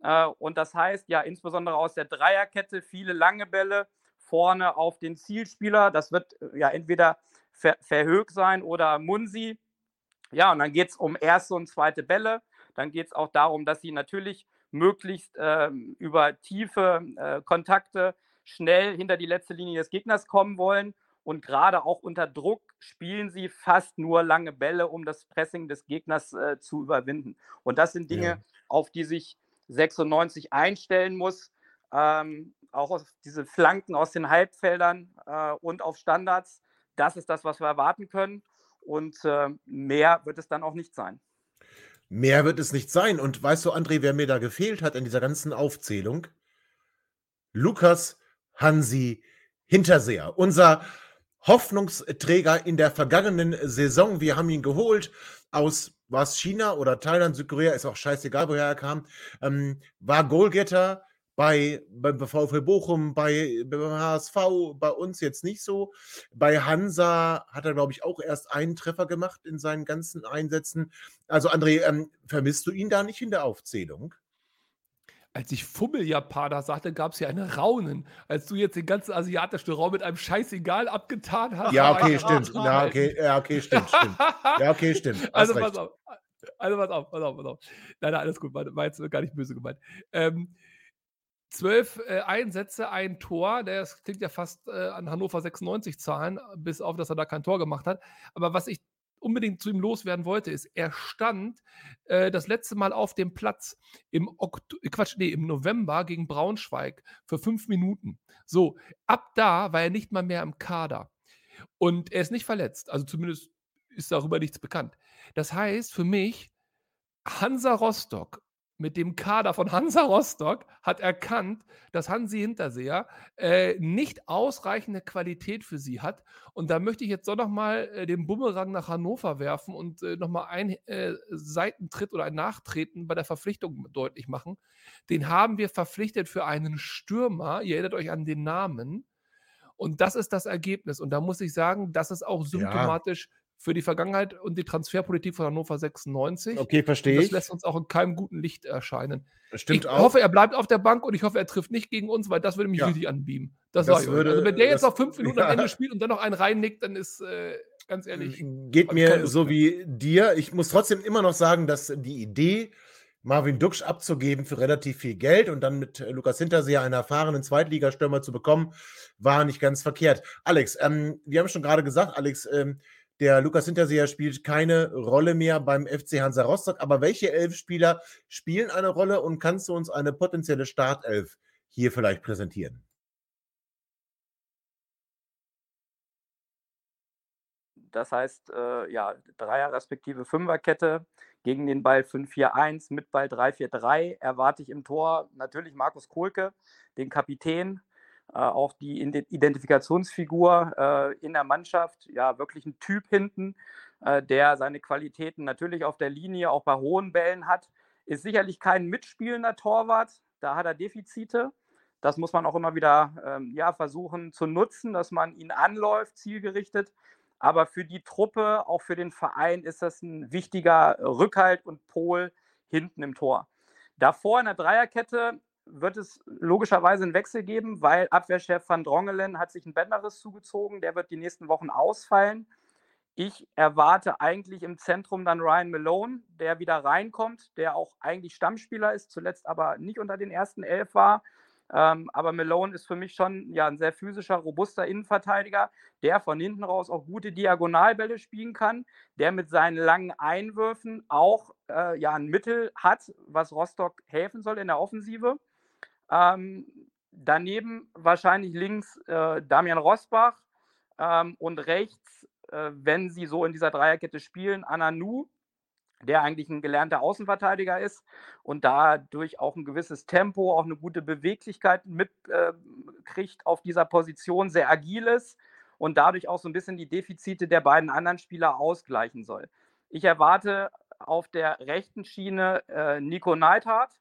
Äh, und das heißt ja insbesondere aus der Dreierkette viele lange Bälle vorne auf den Zielspieler. Das wird äh, ja entweder Ver Verhoek sein oder Munsi. Ja, und dann geht es um erste und zweite Bälle. Dann geht es auch darum, dass sie natürlich möglichst ähm, über tiefe äh, Kontakte schnell hinter die letzte Linie des Gegners kommen wollen. Und gerade auch unter Druck spielen sie fast nur lange Bälle, um das Pressing des Gegners äh, zu überwinden. Und das sind Dinge, Ja. auf die sich sechsundneunzig einstellen muss. Ähm, auch auf diese Flanken aus den Halbfeldern äh, und auf Standards. Das ist das, was wir erwarten können. Und äh, mehr wird es dann auch nicht sein. Mehr wird es nicht sein. Und weißt du, André, wer mir da gefehlt hat in dieser ganzen Aufzählung? Lukas Hansi Hinterseher, unser Hoffnungsträger in der vergangenen Saison. Wir haben ihn geholt aus, war es China oder Thailand, Südkorea, ist auch scheißegal, woher er kam. Ähm, war Goalgetter bei, beim VfL Bochum, bei, beim H S V, bei uns jetzt nicht so. Bei Hansa hat er, glaube ich, auch erst einen Treffer gemacht in seinen ganzen Einsätzen. Also André, ähm, vermisst du ihn da nicht in der Aufzählung? Als ich Fummel-Japaner sagte, gab es ja ein Raunen. Als du jetzt den ganzen asiatischen Raum mit einem Scheißegal abgetan hast. Ja, war okay, ich stimmt. total Ja, okay, ja, okay, stimmt, stimmt. Ja, okay, stimmt. Hast Also recht. pass auf. Also pass auf, pass auf, pass auf. Nein, nein, alles gut. War, war jetzt gar nicht böse gemeint. Ähm, Zwölf äh, Einsätze, ein Tor. Das klingt ja fast äh, an Hannover sechsundneunzig Zahlen, bis auf, dass er da kein Tor gemacht hat. Aber was ich unbedingt zu ihm loswerden wollte, ist, er stand äh, das letzte Mal auf dem Platz im Okto Quatsch, nee, im November gegen Braunschweig für fünf Minuten. So, ab da war er nicht mal mehr im Kader. Und er ist nicht verletzt. Also zumindest ist darüber nichts bekannt. Das heißt für mich, Hansa Rostock mit dem Kader von Hansa Rostock hat erkannt, dass Hansi Hinterseher äh, nicht ausreichende Qualität für sie hat. Und da möchte ich jetzt doch nochmal äh, den Bumerang nach Hannover werfen und äh, nochmal einen äh, Seitentritt oder ein Nachtreten bei der Verpflichtung deutlich machen. Den haben wir verpflichtet für einen Stürmer. Ihr erinnert euch an den Namen. Und das ist das Ergebnis. Und da muss ich sagen, das ist auch symptomatisch ja. für die Vergangenheit und die Transferpolitik von Hannover sechsundneunzig. Okay, verstehe ich. Das lässt uns auch in keinem guten Licht erscheinen. Das stimmt ich auch. hoffe, er bleibt auf der Bank und ich hoffe, er trifft nicht gegen uns, weil das würde mich Ja. richtig anbeamen. Das, Das sage ich euch. würde- Also wenn der jetzt das- noch fünf Minuten ja. am Ende spielt und dann noch einen reinnickt, dann ist, äh, ganz ehrlich, Geht hab ich keine mir Lust so mehr. wie dir. Ich muss trotzdem immer noch sagen, dass die Idee, Marvin Duksch abzugeben für relativ viel Geld und dann mit äh, Lukas Hinterseher einen erfahrenen Zweitligastürmer zu bekommen, war nicht ganz verkehrt. Alex, ähm, wir haben schon gerade gesagt, Alex, ähm, der Lukas Hinterseher spielt keine Rolle mehr beim F C Hansa Rostock. Aber welche elf Spieler spielen eine Rolle und kannst du uns eine potenzielle Startelf hier vielleicht präsentieren? Das heißt, äh, ja, Dreier- respektive Fünferkette gegen den Ball fünf vier eins, mit Ball drei vier drei erwarte ich im Tor natürlich Markus Kohlke, den Kapitän, äh, auch die Ide- Identifikationsfigur äh, in der Mannschaft, ja, wirklich ein Typ hinten, äh, der seine Qualitäten natürlich auf der Linie, auch bei hohen Bällen hat, ist sicherlich kein mitspielender Torwart, da hat er Defizite. Das muss man auch immer wieder ähm, ja, versuchen zu nutzen, dass man ihn anläuft, zielgerichtet. Aber für die Truppe, auch für den Verein, ist das ein wichtiger Rückhalt und Pol hinten im Tor. Davor in der Dreierkette wird es logischerweise einen Wechsel geben, weil Abwehrchef Van Drongelen hat sich einen Bänderriss zugezogen. Der wird die nächsten Wochen ausfallen. Ich erwarte eigentlich im Zentrum dann Ryan Malone, der wieder reinkommt, der auch eigentlich Stammspieler ist, zuletzt aber nicht unter den ersten elf war. Ähm, aber Malone ist für mich schon ja, ein sehr physischer, robuster Innenverteidiger, der von hinten raus auch gute Diagonalbälle spielen kann, der mit seinen langen Einwürfen auch äh, ja, ein Mittel hat, was Rostock helfen soll in der Offensive. Ähm, daneben wahrscheinlich links äh, Damian Rosbach ähm, und rechts, äh, wenn sie so in dieser Dreierkette spielen, Ananu, der eigentlich ein gelernter Außenverteidiger ist und dadurch auch ein gewisses Tempo, auch eine gute Beweglichkeit mitkriegt äh, auf dieser Position, sehr agil ist und dadurch auch so ein bisschen die Defizite der beiden anderen Spieler ausgleichen soll. Ich erwarte auf der rechten Schiene äh, Nico Neidhardt,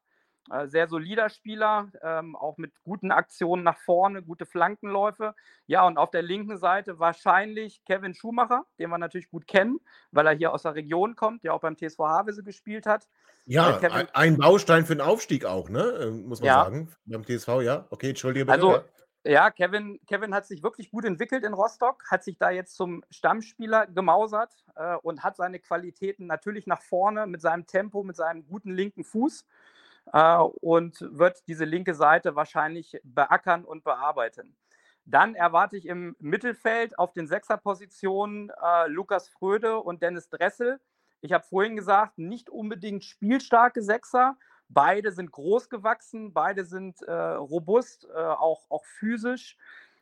Äh, sehr solider Spieler, ähm, auch mit guten Aktionen nach vorne, gute Flankenläufe. Ja, und auf der linken Seite wahrscheinlich Kevin Schumacher, den wir natürlich gut kennen, weil er hier aus der Region kommt, der auch beim T S V Havelse gespielt hat. Äh, Ja, Kevin, ein, ein Baustein für den Aufstieg auch, ne? äh, Muss man ja, sagen. Beim T S V, ja. Okay, entschuldige bitte. also Ja. ja, Kevin, Kevin hat sich wirklich gut entwickelt in Rostock, hat sich da jetzt zum Stammspieler gemausert äh, und hat seine Qualitäten natürlich nach vorne mit seinem Tempo, mit seinem guten linken Fuß äh, und wird diese linke Seite wahrscheinlich beackern und bearbeiten. Dann erwarte ich im Mittelfeld auf den Sechserpositionen äh, Lukas Fröde und Dennis Dressel. Ich habe vorhin gesagt, nicht unbedingt spielstarke Sechser. Beide sind groß gewachsen, beide sind äh, robust, äh, auch, auch physisch.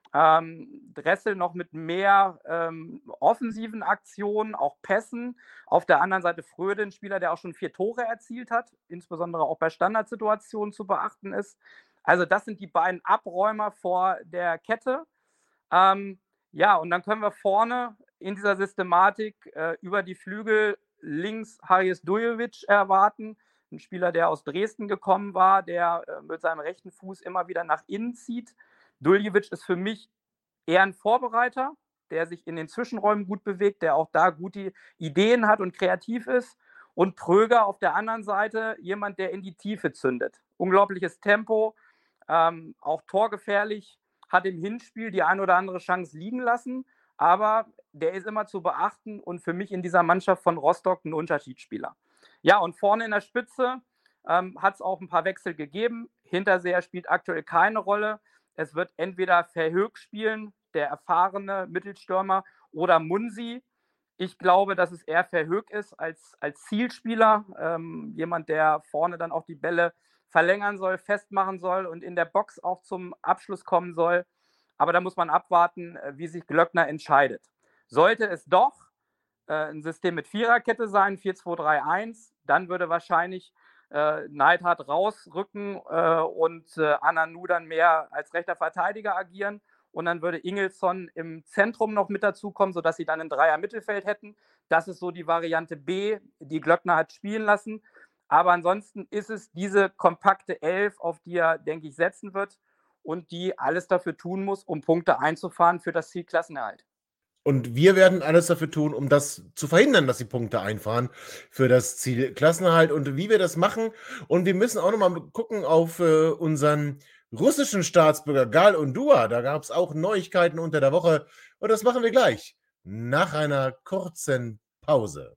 Ähm, Dressel noch mit mehr ähm, offensiven Aktionen, auch Pässen. Auf der anderen Seite Fröde, ein Spieler, der auch schon vier Tore erzielt hat, insbesondere auch bei Standardsituationen zu beachten ist. Also das sind die beiden Abräumer vor der Kette. Ähm, ja, und dann können wir vorne in dieser Systematik äh, über die Flügel links Haris Dujovic erwarten. Ein Spieler, der aus Dresden gekommen war, der äh, mit seinem rechten Fuß immer wieder nach innen zieht. Duljevic ist für mich eher ein Vorbereiter, der sich in den Zwischenräumen gut bewegt, der auch da gute Ideen hat und kreativ ist. Und Pröger auf der anderen Seite, jemand, der in die Tiefe zündet. Unglaubliches Tempo, ähm, auch torgefährlich, hat im Hinspiel die ein oder andere Chance liegen lassen, aber der ist immer zu beachten und für mich in dieser Mannschaft von Rostock ein Unterschiedsspieler. Ja, und vorne in der Spitze ähm, hat es auch ein paar Wechsel gegeben. Hinterseher spielt aktuell keine Rolle. Es wird entweder Verhoek spielen, der erfahrene Mittelstürmer, oder Munsi. Ich glaube, dass es eher Verhoek ist als, als Zielspieler. Ähm, jemand, der vorne dann auch die Bälle verlängern soll, festmachen soll und in der Box auch zum Abschluss kommen soll. Aber da muss man abwarten, wie sich Glöckner entscheidet. Sollte es doch äh, ein System mit Viererkette sein, vier zwei drei eins, dann würde wahrscheinlich äh, Neidhardt rausrücken äh, und äh, Ananu dann mehr als rechter Verteidiger agieren. Und dann würde Ingelsson im Zentrum noch mit dazukommen, sodass sie dann ein Dreier-Mittelfeld hätten. Das ist so die Variante B, die Glöckner hat spielen lassen. Aber ansonsten ist es diese kompakte Elf, auf die er, denke ich, setzen wird und die alles dafür tun muss, um Punkte einzufahren für das Ziel Klassenerhalt. Und wir werden alles dafür tun, um das zu verhindern, dass die Punkte einfahren für das Ziel Klassenerhalt und wie wir das machen. Und wir müssen auch nochmal gucken auf äh, unseren russischen Staatsbürger Gal Undua. Da gab es auch Neuigkeiten unter der Woche. Und das machen wir gleich nach einer kurzen Pause.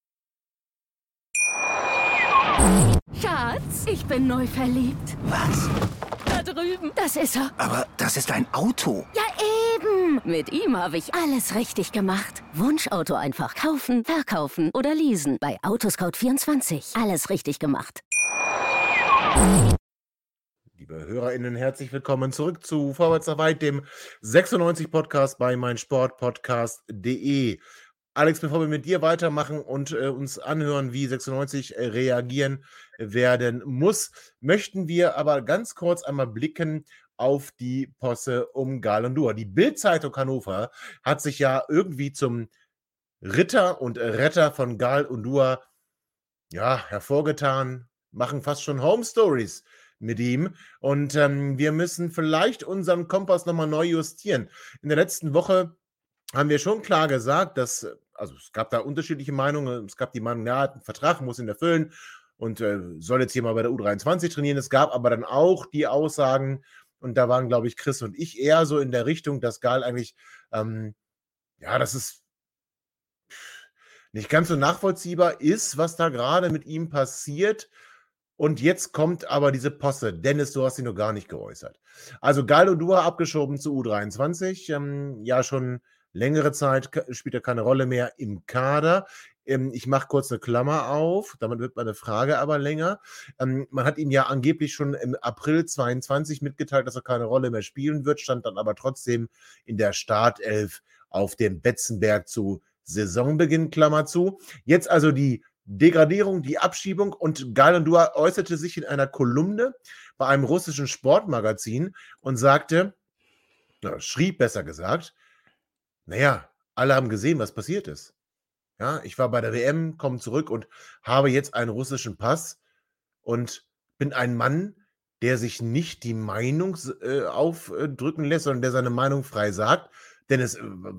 Schatz, ich bin neu verliebt. Was? Da drüben. Das ist er. Aber das ist ein Auto. Ja, eben. Mit ihm habe ich alles richtig gemacht. Wunschauto einfach kaufen, verkaufen oder leasen. Bei Autoscout vierundzwanzig. Alles richtig gemacht. Liebe HörerInnen, herzlich willkommen zurück zu Vorwärts nach weit, dem sechsundneunzig Podcast bei meinsportpodcast punkt de. Alex, bevor wir mit dir weitermachen und äh, uns anhören, wie sechsundneunzig äh, reagieren werden muss, möchten wir aber ganz kurz einmal blicken auf die Posse um Gal Undua. Die Bild-Zeitung Hannover hat sich ja irgendwie zum Ritter und Retter von Gal Undua ja, hervorgetan, machen fast schon Home Stories mit ihm. Und ähm, wir müssen vielleicht unseren Kompass nochmal neu justieren. In der letzten Woche haben wir schon klar gesagt, dass, also es gab da unterschiedliche Meinungen. Es gab die Meinung, ja, einen Vertrag muss ihn erfüllen und äh, soll jetzt hier mal bei der U dreiundzwanzig trainieren. Es gab aber dann auch die Aussagen, und da waren, glaube ich, Chris und ich eher so in der Richtung, dass Gal eigentlich, ähm, ja, das ist nicht ganz so nachvollziehbar ist, was da gerade mit ihm passiert. Und jetzt kommt aber diese Posse. Dennis, du hast sie noch gar nicht geäußert. Also Gal Undua abgeschoben zu U dreiundzwanzig. Ähm, ja, schon längere Zeit spielt er keine Rolle mehr im Kader. Ähm, ich mache kurz eine Klammer auf, damit wird meine Frage aber länger. Ähm, man hat ihm ja angeblich schon im April zweiundzwanzig mitgeteilt, dass er keine Rolle mehr spielen wird, stand dann aber trotzdem in der Startelf auf dem Betzenberg zu Saisonbeginn, Klammer zu. Jetzt also die Degradierung, die Abschiebung, und Gal Undua äußerte sich in einer Kolumne bei einem russischen Sportmagazin und sagte, na, schrieb besser gesagt, naja, alle haben gesehen, was passiert ist. Ja, ich war bei der W M, komme zurück und habe jetzt einen russischen Pass und bin ein Mann, der sich nicht die Meinung äh, aufdrücken lässt, sondern der seine Meinung frei sagt. Denn es, äh,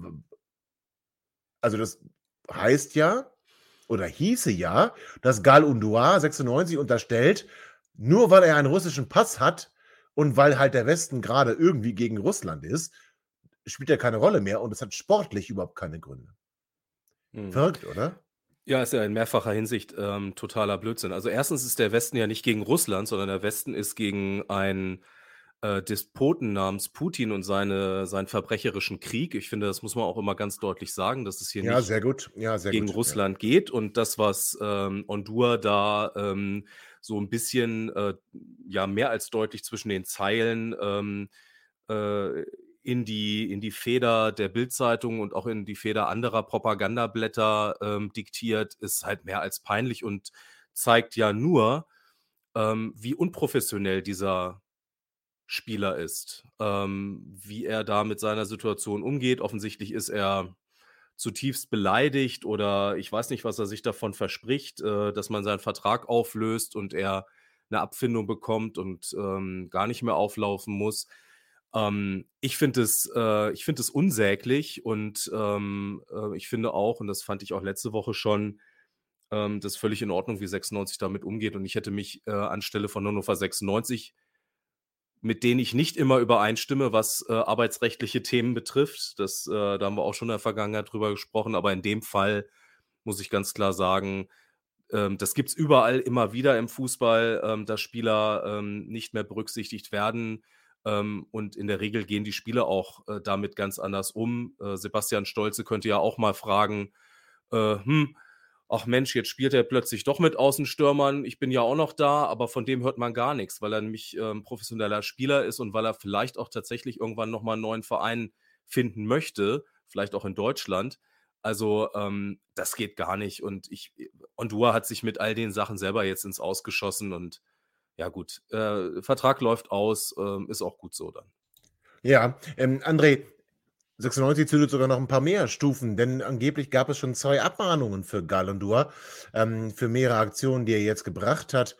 also das heißt ja, oder hieße ja, dass Gal Undoa sechsundneunzig unterstellt, nur weil er einen russischen Pass hat und weil halt der Westen gerade irgendwie gegen Russland ist, spielt er keine Rolle mehr und es hat sportlich überhaupt keine Gründe. Mhm. Verrückt, oder? Ja, ist ja in mehrfacher Hinsicht ähm, totaler Blödsinn. Also erstens ist der Westen ja nicht gegen Russland, sondern der Westen ist gegen einen äh, Despoten namens Putin und seine, seinen verbrecherischen Krieg. Ich finde, das muss man auch immer ganz deutlich sagen, dass es hier Ja, nicht sehr gut. Ja, sehr gegen gut. Ja. Russland geht und das, was ähm, Ondur da ähm, so ein bisschen, äh, ja, mehr als deutlich zwischen den Zeilen ähm, äh, in die, in die Feder der Bild-Zeitung und auch in die Feder anderer Propagandablätter ähm, diktiert, ist halt mehr als peinlich und zeigt ja nur, ähm, wie unprofessionell dieser Spieler ist, ähm, wie er da mit seiner Situation umgeht. Offensichtlich ist er zutiefst beleidigt oder ich weiß nicht, was er sich davon verspricht, äh, dass man seinen Vertrag auflöst und er eine Abfindung bekommt und ähm, gar nicht mehr auflaufen muss. Ähm, ich finde es, äh, ich finde es unsäglich und ähm, äh, ich finde auch, und das fand ich auch letzte Woche schon, ähm, das ist völlig in Ordnung, wie sechsundneunzig damit umgeht. Und ich hätte mich äh, anstelle von Hannover sechsundneunzig, mit denen ich nicht immer übereinstimme, was äh, arbeitsrechtliche Themen betrifft. Das, äh, da haben wir auch schon in der Vergangenheit drüber gesprochen, aber in dem Fall muss ich ganz klar sagen, ähm, das gibt es überall immer wieder im Fußball, ähm, dass Spieler ähm, nicht mehr berücksichtigt werden. Ähm, und in der Regel gehen die Spieler auch äh, damit ganz anders um. Äh, Sebastian Stolze könnte ja auch mal fragen, äh, hm, ach Mensch, jetzt spielt er plötzlich doch mit Außenstürmern. Ich bin ja auch noch da, aber von dem hört man gar nichts, weil er nämlich ähm, professioneller Spieler ist und weil er vielleicht auch tatsächlich irgendwann nochmal einen neuen Verein finden möchte, vielleicht auch in Deutschland. Also ähm, das geht gar nicht. Und ich, Ondoa hat sich mit all den Sachen selber jetzt ins Ausgeschossen und ja gut, äh, Vertrag läuft aus, ähm, ist auch gut so dann. Ja, ähm, André, sechsundneunzig zündet sogar noch ein paar mehr Stufen, denn angeblich gab es schon zwei Abmahnungen für Gal Undoa, ähm, für mehrere Aktionen, die er jetzt gebracht hat.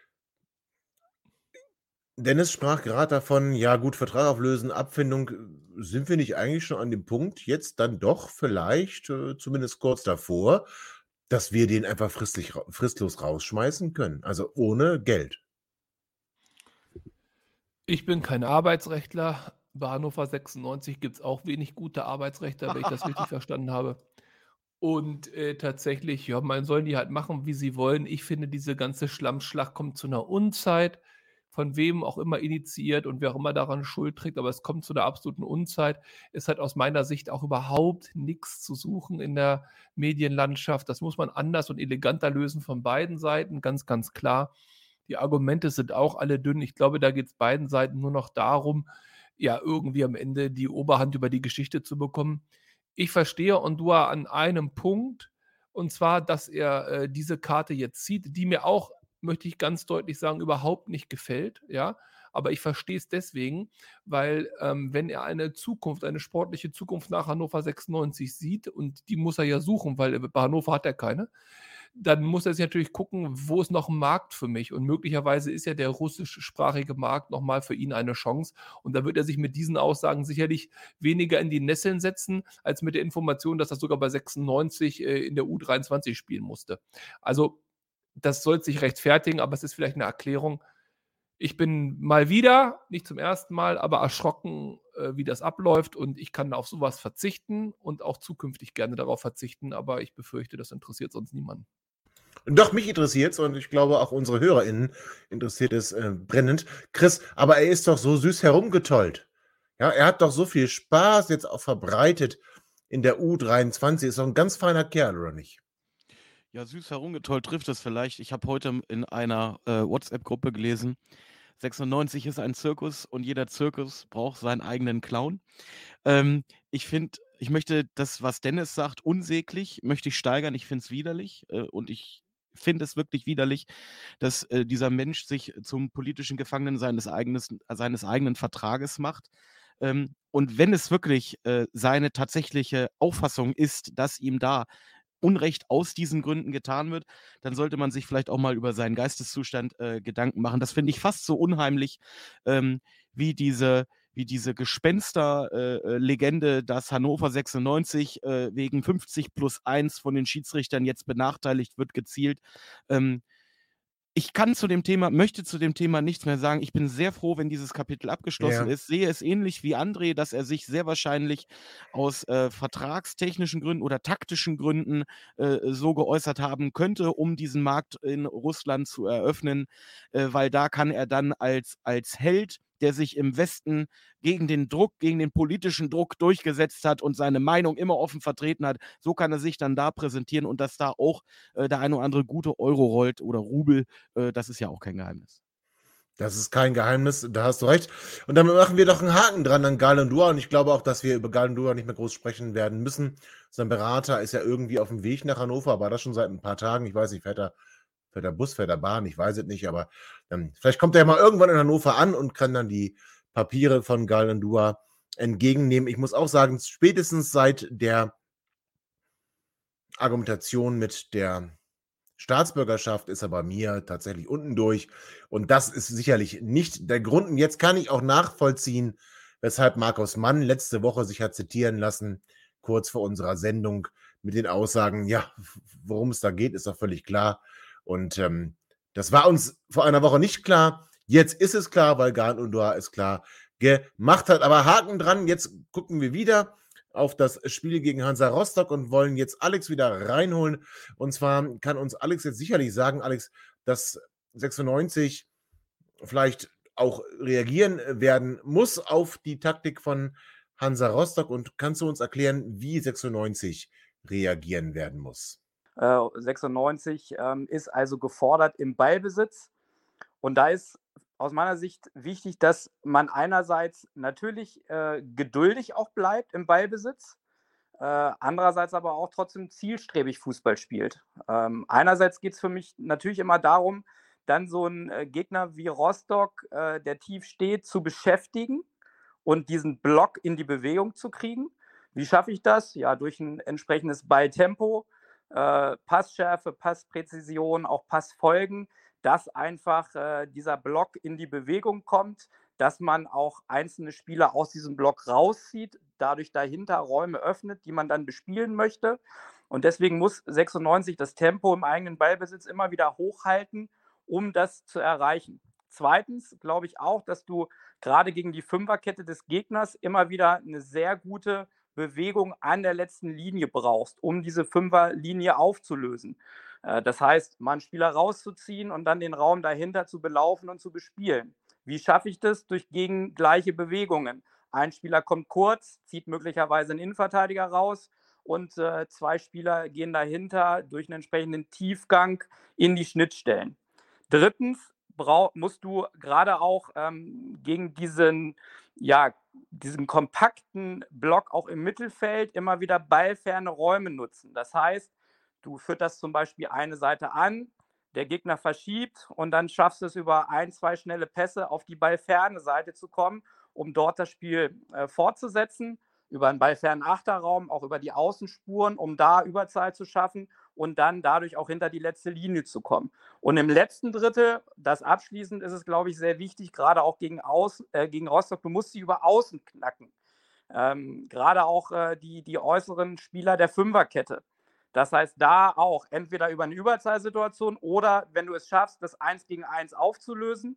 Dennis sprach gerade davon, ja gut, Vertrag auflösen, Abfindung. Sind wir nicht eigentlich schon an dem Punkt, jetzt dann doch vielleicht, äh, zumindest kurz davor, dass wir den einfach fristlich, ra- fristlos rausschmeißen können? Also ohne Geld. Ich bin kein Arbeitsrechtler. Bei Hannover sechsundneunzig gibt es auch wenig gute Arbeitsrechtler, wenn ich das richtig verstanden habe. Und äh, tatsächlich, ja, man sollen die halt machen, wie sie wollen. Ich finde, diese ganze Schlammschlacht kommt zu einer Unzeit, von wem auch immer initiiert und wer auch immer daran Schuld trägt, aber es kommt zu einer absoluten Unzeit. Es hat aus meiner Sicht auch überhaupt nichts zu suchen in der Medienlandschaft. Das muss man anders und eleganter lösen von beiden Seiten, ganz, ganz klar. Die Argumente sind auch alle dünn. Ich glaube, da geht es beiden Seiten nur noch darum, ja, irgendwie am Ende die Oberhand über die Geschichte zu bekommen. Ich verstehe Ondoa an einem Punkt, und zwar, dass er äh, diese Karte jetzt zieht, die mir auch, möchte ich ganz deutlich sagen, überhaupt nicht gefällt, ja. Aber ich verstehe es deswegen, weil ähm, wenn er eine Zukunft, eine sportliche Zukunft nach Hannover sechsundneunzig sieht, und die muss er ja suchen, weil bei Hannover hat er keine, dann muss er sich natürlich gucken, wo ist noch ein Markt für mich? Und möglicherweise ist ja der russischsprachige Markt nochmal für ihn eine Chance. Und da wird er sich mit diesen Aussagen sicherlich weniger in die Nesseln setzen, als mit der Information, dass er sogar bei sechsundneunzig äh, in der U dreiundzwanzig spielen musste. Also, das soll sich rechtfertigen, aber es ist vielleicht eine Erklärung. Ich bin mal wieder, nicht zum ersten Mal, aber erschrocken, äh, wie das abläuft. Und ich kann auf sowas verzichten und auch zukünftig gerne darauf verzichten. Aber ich befürchte, das interessiert sonst niemanden. Doch, mich interessiert es und ich glaube auch unsere HörerInnen interessiert es äh, brennend. Chris, aber er ist doch so süß herumgetollt. Ja, er hat doch so viel Spaß jetzt auch verbreitet in der U dreiundzwanzig. Ist doch ein ganz feiner Kerl, oder nicht? Ja, süß herumgetollt trifft es vielleicht. Ich habe heute in einer äh, WhatsApp-Gruppe gelesen, sechsundneunzig ist ein Zirkus und jeder Zirkus braucht seinen eigenen Clown. Ähm, ich finde, ich möchte das, was Dennis sagt, unsäglich, möchte ich steigern. Ich finde es widerlich äh, und ich finde es wirklich widerlich, dass äh, dieser Mensch sich zum politischen Gefangenen seines, eigenes, seines eigenen Vertrages macht. Ähm, und wenn es wirklich äh, seine tatsächliche Auffassung ist, dass ihm da Unrecht aus diesen Gründen getan wird, dann sollte man sich vielleicht auch mal über seinen Geisteszustand äh, Gedanken machen. Das finde ich fast so unheimlich ähm, wie diese, wie diese Gespenster-Legende, äh, dass Hannover sechsundneunzig äh, wegen fünfzig plus eins von den Schiedsrichtern jetzt benachteiligt wird, gezielt. Ähm, Ich kann zu dem Thema, möchte zu dem Thema nichts mehr sagen. Ich bin sehr froh, wenn dieses Kapitel abgeschlossen Ja. ist. Sehe es ähnlich wie André, dass er sich sehr wahrscheinlich aus äh, vertragstechnischen Gründen oder taktischen Gründen äh, so geäußert haben könnte, um diesen Markt in Russland zu eröffnen, äh, weil da kann er dann als, als Held, der sich im Westen gegen den Druck, gegen den politischen Druck durchgesetzt hat und seine Meinung immer offen vertreten hat, so kann er sich dann da präsentieren und dass da auch äh, der eine oder andere gute Euro rollt oder Rubel, äh, das ist ja auch kein Geheimnis. Das ist kein Geheimnis, da hast du recht. Und damit machen wir doch einen Haken dran an Gallandua. Und ich glaube auch, dass wir über Gallandua nicht mehr groß sprechen werden müssen. Sein Berater ist ja irgendwie auf dem Weg nach Hannover, war das schon seit ein paar Tagen. Ich weiß nicht, fährt er, fährt er Bus, fährt er Bahn, ich weiß es nicht. Aber ähm, vielleicht kommt er ja mal irgendwann in Hannover an und kann dann die Papiere von Gallandua entgegennehmen. Ich muss auch sagen, spätestens seit der Argumentation mit der Staatsbürgerschaft ist er bei mir tatsächlich unten durch. Und das ist sicherlich nicht der Grund. Und jetzt kann ich auch nachvollziehen, weshalb Markus Mann letzte Woche sich hat zitieren lassen, kurz vor unserer Sendung, mit den Aussagen, ja, worum es da geht, ist doch völlig klar. Und ähm, das war uns vor einer Woche nicht klar. Jetzt ist es klar, weil Gallandua es klar gemacht hat. Aber Haken dran, jetzt gucken wir wieder auf das Spiel gegen Hansa Rostock und wollen jetzt Alex wieder reinholen. Und zwar kann uns Alex jetzt sicherlich sagen, Alex, dass sechsundneunzig vielleicht auch reagieren werden muss auf die Taktik von Hansa Rostock. Und kannst du uns erklären, wie sechsundneunzig reagieren werden muss? Äh, sechsundneunzig ähm, ist also gefordert im Ballbesitz. Und da ist aus meiner Sicht wichtig, dass man einerseits natürlich äh, geduldig auch bleibt im Ballbesitz, äh, andererseits aber auch trotzdem zielstrebig Fußball spielt. Ähm, einerseits geht es für mich natürlich immer darum, dann so einen äh, Gegner wie Rostock, äh, der tief steht, zu beschäftigen und diesen Block in die Bewegung zu kriegen. Wie schaffe ich das? Ja, durch ein entsprechendes Balltempo, äh, Passschärfe, Passpräzision, auch Passfolgen, dass einfach äh, dieser Block in die Bewegung kommt, dass man auch einzelne Spieler aus diesem Block rauszieht, dadurch dahinter Räume öffnet, die man dann bespielen möchte. Und deswegen muss sechsundneunzig das Tempo im eigenen Ballbesitz immer wieder hochhalten, um das zu erreichen. Zweitens glaube ich auch, dass du gerade gegen die Fünferkette des Gegners immer wieder eine sehr gute Bewegung an der letzten Linie brauchst, um diese Fünferlinie aufzulösen. Das heißt, mal einen Spieler rauszuziehen und dann den Raum dahinter zu belaufen und zu bespielen. Wie schaffe ich das? Durch gegengleiche Bewegungen. Ein Spieler kommt kurz, zieht möglicherweise einen Innenverteidiger raus und äh, zwei Spieler gehen dahinter durch einen entsprechenden Tiefgang in die Schnittstellen. Drittens brauch, musst du gerade auch ähm, gegen diesen, ja, diesen kompakten Block auch im Mittelfeld immer wieder ballferne Räume nutzen. Das heißt, du fütterst zum Beispiel eine Seite an, der Gegner verschiebt und dann schaffst du es über ein, zwei schnelle Pässe auf die ballferne Seite zu kommen, um dort das Spiel äh, fortzusetzen, über einen ballfernen Achterraum, auch über die Außenspuren, um da Überzahl zu schaffen und dann dadurch auch hinter die letzte Linie zu kommen. Und im letzten Drittel, das abschließend, ist es, glaube ich, sehr wichtig, gerade auch gegen, Aus, äh, gegen Rostock, du musst sie über Außen knacken. Ähm, gerade auch äh, die, die äußeren Spieler der Fünferkette. Das heißt, da auch entweder über eine Überzahlsituation oder, wenn du es schaffst, das eins gegen eins aufzulösen,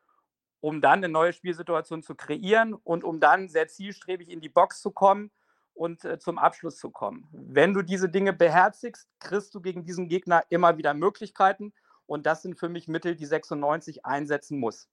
um dann eine neue Spielsituation zu kreieren und um dann sehr zielstrebig in die Box zu kommen und äh, zum Abschluss zu kommen. Wenn du diese Dinge beherzigst, kriegst du gegen diesen Gegner immer wieder Möglichkeiten und das sind für mich Mittel, die sechsundneunzig einsetzen muss.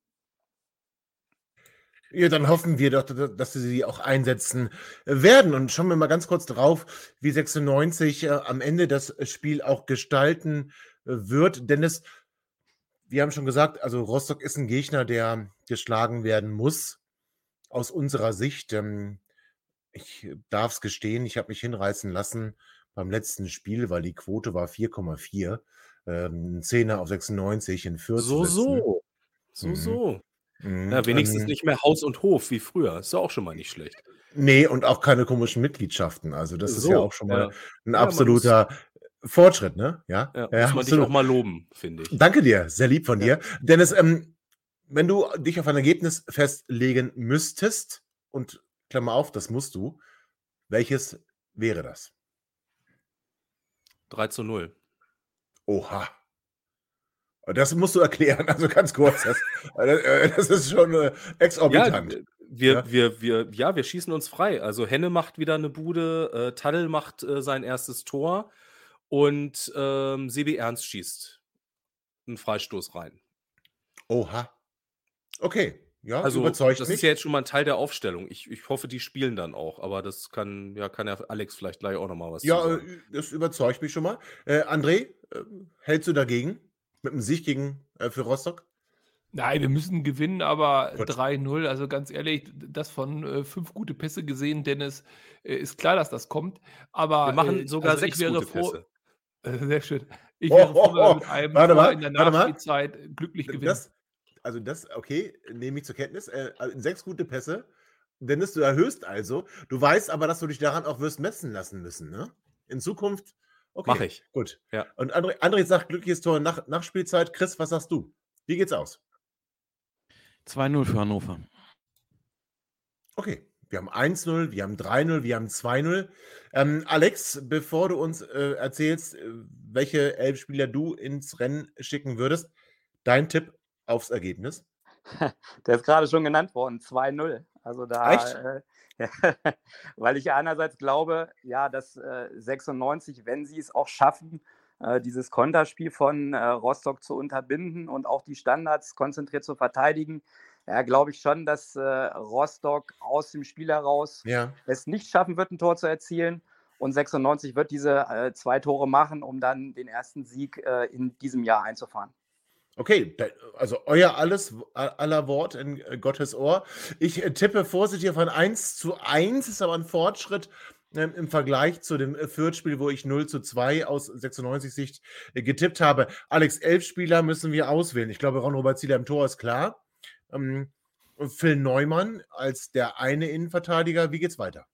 Ja, dann hoffen wir doch, dass sie sie auch einsetzen werden. Und schauen wir mal ganz kurz drauf, wie sechsundneunzig äh, am Ende das Spiel auch gestalten äh, wird. Denn es, wir haben schon gesagt, also Rostock ist ein Gegner, der geschlagen werden muss. Aus unserer Sicht, ähm, ich darf es gestehen, ich habe mich hinreißen lassen beim letzten Spiel, weil die Quote war vier Komma vier. Ähm, ein Zehner auf sechsundneunzig in Fürth So, zu setzen. so. So, Mhm. so. Mhm. Ja, wenigstens Ähm, nicht mehr Haus und Hof wie früher. Ist ja auch schon mal nicht schlecht. Nee, und auch keine komischen Mitgliedschaften. Also das ist ja So, auch schon mal ja. ein Ja, man muss absoluter Fortschritt, ne? Ja, Ja, ja, muss man dich absolut. auch mal loben, finde ich. Danke dir, sehr lieb von Ja. dir. Dennis, ähm, wenn du dich auf ein Ergebnis festlegen müsstest, und Klammer auf, das musst du, welches wäre das? drei zu null. Oha. Das musst du erklären, also ganz kurz. Das, äh, das ist schon äh, Ja, exorbitant. äh, wir, Ja. wir, wir, ja, wir schießen uns frei. Also Henne macht wieder eine Bude, äh, Taddel macht äh, sein erstes Tor und ähm, Sebi Ernst schießt einen Freistoß rein. Oha. Okay, ja, Also überzeugt das mich. ist ja jetzt schon mal ein Teil der Aufstellung. Ich, ich hoffe, die spielen dann auch, aber das kann ja, kann ja Alex vielleicht gleich auch nochmal was zu Ja, sagen. äh, das überzeugt mich schon mal. Äh, André, äh, hältst du dagegen? Mit einem Sieg gegen, äh, für Rostock? Nein, wir müssen gewinnen, aber Gut. drei null, also ganz ehrlich, das von äh, fünf gute Pässe gesehen, Dennis, äh, ist klar, dass das kommt. Wir Aber machen äh, sogar also ich sechs wäre gute froh, Pässe. äh, sehr schön, ich Oh, wäre froh, oh, wenn wir oh. mit einem Warte Tor mal, in der warte mal. Nachspielzeit glücklich gewinnen. Das, also das, okay, nehme ich zur Kenntnis. Äh, also sechs gute Pässe. Dennis, du erhöhst also. Du weißt aber, dass du dich daran auch wirst messen lassen müssen, ne? In Zukunft. Okay, Mach ich. gut. Ja. Und André, André sagt glückliches Tor nach, nach Spielzeit. Chris, was sagst du? Wie geht's aus? zwei null für Hannover. Okay, wir haben eins null, wir haben drei null, wir haben zwei null. Ähm, Alex, bevor du uns äh, erzählst, äh, welche elf Spieler du ins Rennen schicken würdest, dein Tipp aufs Ergebnis. Der ist gerade schon genannt worden, zwei null. Also da, Echt? äh, weil ich ja einerseits glaube, ja, dass äh, sechsundneunzig, wenn sie es auch schaffen, äh, dieses Konterspiel von äh, Rostock zu unterbinden und auch die Standards konzentriert zu verteidigen, ja, glaube ich schon, dass äh, Rostock aus dem Spiel heraus Ja. es nicht schaffen wird, ein Tor zu erzielen. Und sechsundneunzig wird diese äh, zwei Tore machen, um dann den ersten Sieg äh, in diesem Jahr einzufahren. Okay, da- also euer alles, aller Wort in äh, Gottes Ohr. Ich äh, tippe vorsichtig auf ein eins zu eins, ist aber ein Fortschritt ähm, im Vergleich zu dem äh, Fürth-Spiel, wo ich null zu zwei aus sechsundneunzig Sicht äh, getippt habe. Alex, elf Spieler müssen wir auswählen. Ich glaube, Ron-Robert Zieler im Tor ist klar. Ähm, Phil Neumann als der eine Innenverteidiger. Wie geht's weiter?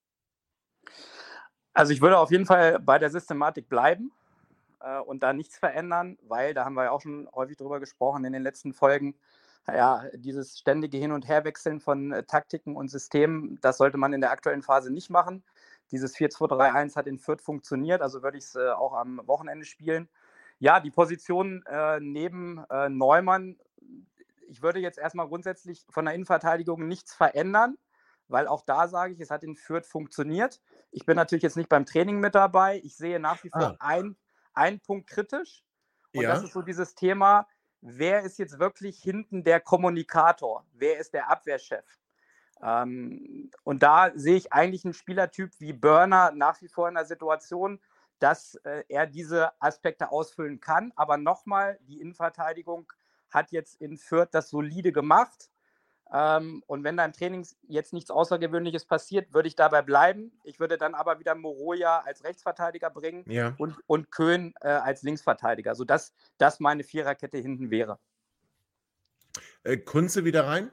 Also ich würde auf jeden Fall bei der Systematik bleiben äh, und da nichts verändern, weil, da haben wir ja auch schon häufig drüber gesprochen in den letzten Folgen, ja, dieses ständige Hin- und Herwechseln von äh, Taktiken und Systemen, das sollte man in der aktuellen Phase nicht machen. Dieses vier zwei drei eins hat in Fürth funktioniert, also würde ich es äh, auch am Wochenende spielen. Ja, die Position äh, neben äh, Neumann, ich würde jetzt erstmal grundsätzlich von der Innenverteidigung nichts verändern, weil auch da sage ich, es hat in Fürth funktioniert. Ich bin natürlich jetzt nicht beim Training mit dabei. Ich sehe nach wie vor Ah. ein, einen Punkt kritisch. Und Ja. das ist so dieses Thema, wer ist jetzt wirklich hinten der Kommunikator? Wer ist der Abwehrchef? Ähm, und da sehe ich eigentlich einen Spielertyp wie Börner nach wie vor in der Situation, dass äh, er diese Aspekte ausfüllen kann. Aber nochmal, die Innenverteidigung hat jetzt in Fürth das solide gemacht. Ähm, und wenn da im Training jetzt nichts Außergewöhnliches passiert, würde ich dabei bleiben. Ich würde dann aber wieder Moroja als Rechtsverteidiger bringen Ja. und, und Köhn äh, als Linksverteidiger, sodass das meine Viererkette hinten wäre. Äh, Kunze wieder rein?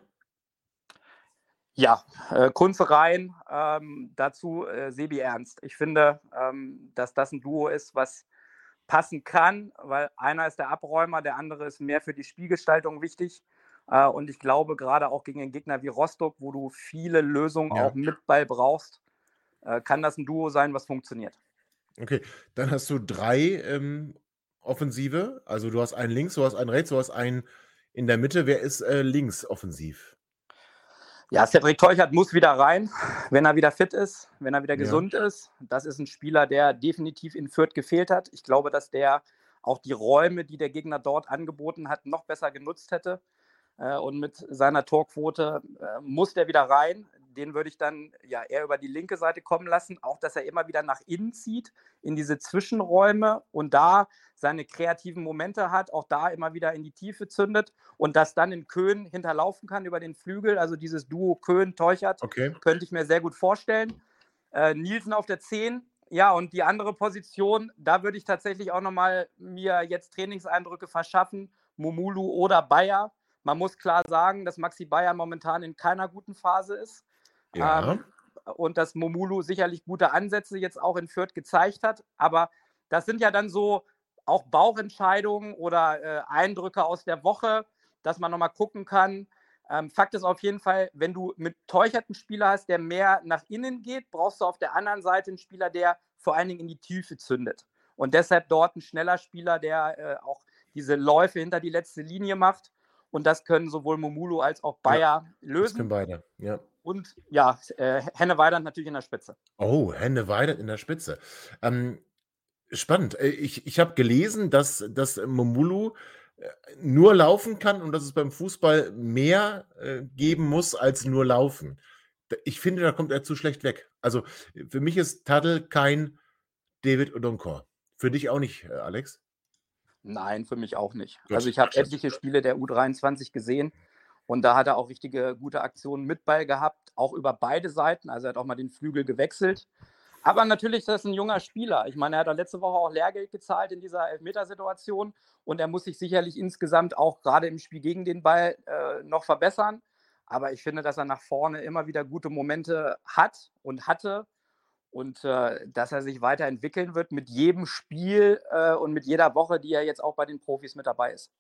Ja, äh, Kunze rein, ähm, dazu äh, Sebi Ernst. Ich finde, ähm, dass das ein Duo ist, was passen kann, weil einer ist der Abräumer, der andere ist mehr für die Spielgestaltung wichtig. Äh, und ich glaube, gerade auch gegen einen Gegner wie Rostock, wo du viele Lösungen Ja. auch mit Ball brauchst, äh, kann das ein Duo sein, was funktioniert. Okay, dann hast du drei ähm, Offensive. Also du hast einen links, du hast einen rechts, du hast einen in der Mitte. Wer ist äh, links offensiv? Ja, Cedric Teuchert muss wieder rein, wenn er wieder fit ist, wenn er wieder Ja. gesund ist. Das ist ein Spieler, der definitiv in Fürth gefehlt hat. Ich glaube, dass der auch die Räume, die der Gegner dort angeboten hat, noch besser genutzt hätte. Äh, und mit seiner Torquote äh, muss der wieder rein. Den würde ich dann ja eher über die linke Seite kommen lassen. Auch, dass er immer wieder nach innen zieht, in diese Zwischenräume und da seine kreativen Momente hat, auch da immer wieder in die Tiefe zündet und das dann in Köhn hinterlaufen kann über den Flügel. Also dieses Duo Köhn-Teuchert Okay. könnte ich mir sehr gut vorstellen. Äh, Nielsen auf der zehn. Ja, und die andere Position, da würde ich tatsächlich auch nochmal mir jetzt Trainingseindrücke verschaffen. Momulu oder Bayer. Man muss klar sagen, dass Maxi Bayer momentan in keiner guten Phase ist. Ja. Ähm, und dass Momulu sicherlich gute Ansätze jetzt auch in Fürth gezeigt hat. Aber das sind ja dann so auch Bauchentscheidungen oder äh, Eindrücke aus der Woche, dass man nochmal gucken kann. Ähm, Fakt ist auf jeden Fall, wenn du mit Teuchert einen Spieler hast, der mehr nach innen geht, brauchst du auf der anderen Seite einen Spieler, der vor allen Dingen in die Tiefe zündet. Und deshalb dort ein schneller Spieler, der äh, auch diese Läufe hinter die letzte Linie macht. Und das können sowohl Momulu als auch Bayer Ja, das lösen. können beide, ja. Und ja, äh, Henne Weidand natürlich in der Spitze. Oh, Henne Weidand in der Spitze. Ähm, spannend. Äh, Ich, ich habe gelesen, dass, dass Momulu äh, nur laufen kann und dass es beim Fußball mehr äh, geben muss als nur laufen. Da- Ich finde, da kommt er zu schlecht weg. Also für mich ist Tadl kein David Odonkor. Für dich auch nicht, äh, Alex? Nein, für mich auch nicht. Gut, Also ich habe das- etliche Spiele der U dreiundzwanzig gesehen und da hat er auch richtige gute Aktionen mit Ball gehabt, auch über beide Seiten. Also er hat auch mal den Flügel gewechselt. Aber natürlich ist das ein junger Spieler. Ich meine, er hat da letzte Woche auch Lehrgeld gezahlt in dieser Elfmetersituation und er muss sich sicherlich insgesamt auch gerade im Spiel gegen den Ball äh, noch verbessern. Aber ich finde, dass er nach vorne immer wieder gute Momente hat und hatte. Und äh, dass er sich weiterentwickeln wird mit jedem Spiel äh, und mit jeder Woche, die er jetzt auch bei den Profis mit dabei ist.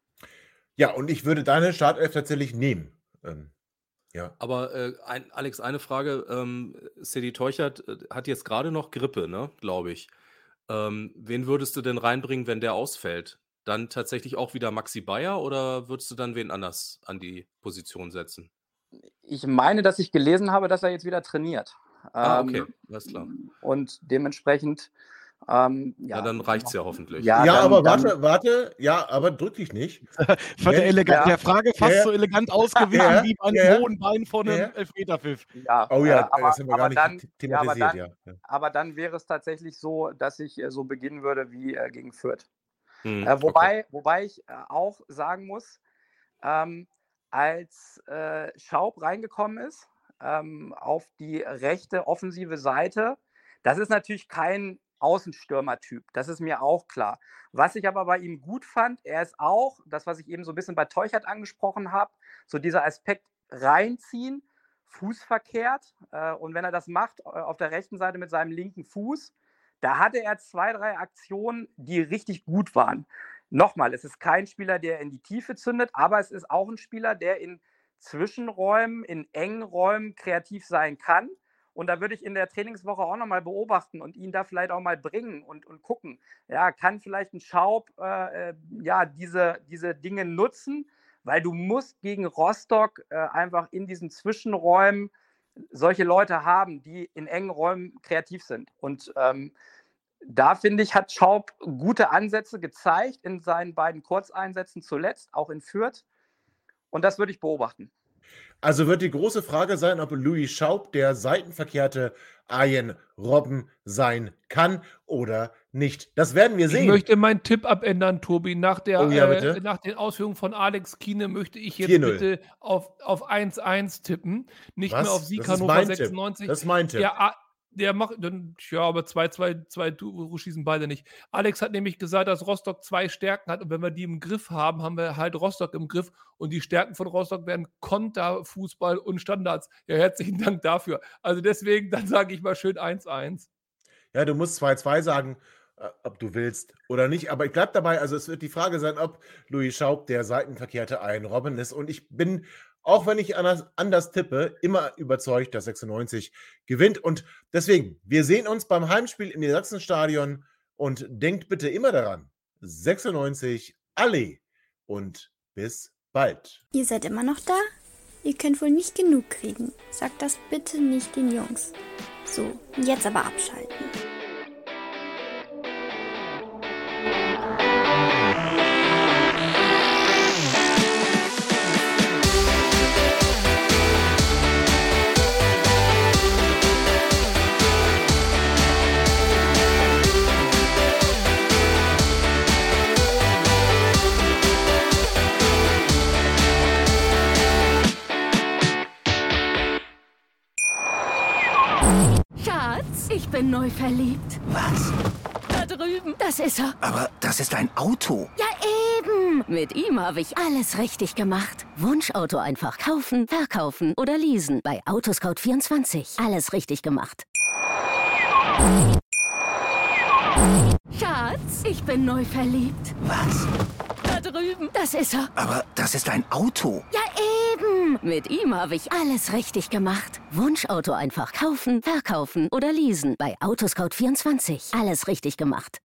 Ja, und ich würde deine Startelf tatsächlich nehmen. Ähm, ja. Aber äh, ein, Alex, eine Frage. Ähm, Sedi Teuchert äh, hat jetzt gerade noch Grippe, ne, glaube ich. Ähm, wen würdest du denn reinbringen, wenn der ausfällt? Dann tatsächlich auch wieder Maxi Bayer oder würdest du dann wen anders an die Position setzen? Ich meine, dass ich gelesen habe, dass er jetzt wieder trainiert. Ah, okay, Ähm, alles klar. Und dementsprechend, ähm, ja. Ja, dann reicht's ja hoffentlich. Ja, Ja, dann- aber dann- warte, warte. Ja, aber drück dich nicht. Von der, Ja, elegant, ja. der Frage fast Ja. so elegant ausgewichen Ja, wie beim ja. hohen Bein von einem Ja. Elfmeterpfiff. Ja, Oh ja, äh, aber, das haben wir aber gar nicht dann, the- ja, aber thematisiert, dann, ja. aber dann wäre es tatsächlich so, dass ich äh, so beginnen würde wie äh, gegen Fürth. Hm, Äh, okay. wobei, wobei ich äh, auch sagen muss, ähm, als äh, Schaub reingekommen ist ähm, auf die rechte offensive Seite, das ist natürlich kein Außenstürmer-Typ, das ist mir auch klar. Was ich aber bei ihm gut fand, er ist auch, das, was ich eben so ein bisschen bei Teuchert angesprochen habe, so dieser Aspekt reinziehen, Fuß verkehrt. Äh, und wenn er das macht, äh, auf der rechten Seite mit seinem linken Fuß, da hatte er zwei, drei Aktionen, die richtig gut waren. Nochmal, es ist kein Spieler, der in die Tiefe zündet, aber es ist auch ein Spieler, der in Zwischenräumen, in engen Räumen kreativ sein kann. Und da würde ich in der Trainingswoche auch nochmal beobachten und ihn da vielleicht auch mal bringen und, und gucken. Ja, kann vielleicht ein Schaub äh, äh, ja, diese, diese Dinge nutzen, weil du musst gegen Rostock äh, einfach in diesen Zwischenräumen solche Leute haben, die in engen Räumen kreativ sind. Und ähm, da, finde ich, hat Schaub gute Ansätze gezeigt in seinen beiden Kurzeinsätzen zuletzt, auch in Fürth. Und das würde ich beobachten. Also wird die große Frage sein, ob Louis Schaub der seitenverkehrte Arjen Robben sein kann oder nicht. Das werden wir Ich sehen. möchte meinen Tipp abändern, Tobi. Nach, der, Oh ja, äh, bitte. nach den Ausführungen von Alex Kiene möchte ich jetzt vier null. bitte auf, auf eins eins tippen. Nicht Was? mehr auf Sieg Das ist Hannover mein Tipp. sechsundneunzig. Das ist mein Tipp. Der, A- der macht, dann, ja, aber zwei zwei zwei Tore schießen beide nicht. Alex hat nämlich gesagt, dass Rostock zwei Stärken hat und wenn wir die im Griff haben, haben wir halt Rostock im Griff und die Stärken von Rostock werden Konter, Fußball und Standards. Ja, herzlichen Dank dafür. Also deswegen, dann sage ich mal schön eins eins. Ja, du musst zwei zwei sagen, äh, ob du willst oder nicht. Aber ich bleibe dabei, also es wird die Frage sein, ob Louis Schaub der seitenverkehrte Arjen Robben ist. Und ich bin, auch wenn ich anders, anders tippe, immer überzeugt, dass sechsundneunzig gewinnt. Und deswegen, wir sehen uns beim Heimspiel im Niedersachsenstadion und denkt bitte immer daran, sechsundneunzig alle und bis bald. Ihr seid immer noch da? Ihr könnt wohl nicht genug kriegen. Sagt das bitte nicht den Jungs. So, jetzt aber abschalten. Schatz, ich bin neu verliebt. Was? Da drüben. Das ist er. Aber das ist ein Auto. Ja, eben. Mit ihm habe ich alles richtig gemacht. Wunschauto einfach kaufen, verkaufen oder leasen. Bei Autoscout vierundzwanzig. Alles richtig gemacht. Schatz, ich bin neu verliebt. Was? Da drüben. Das ist er. Aber das ist ein Auto. Ja, eben. Mit ihm habe ich alles richtig gemacht. Wunschauto einfach kaufen, verkaufen oder leasen. Bei Autoscout vierundzwanzig. Alles richtig gemacht.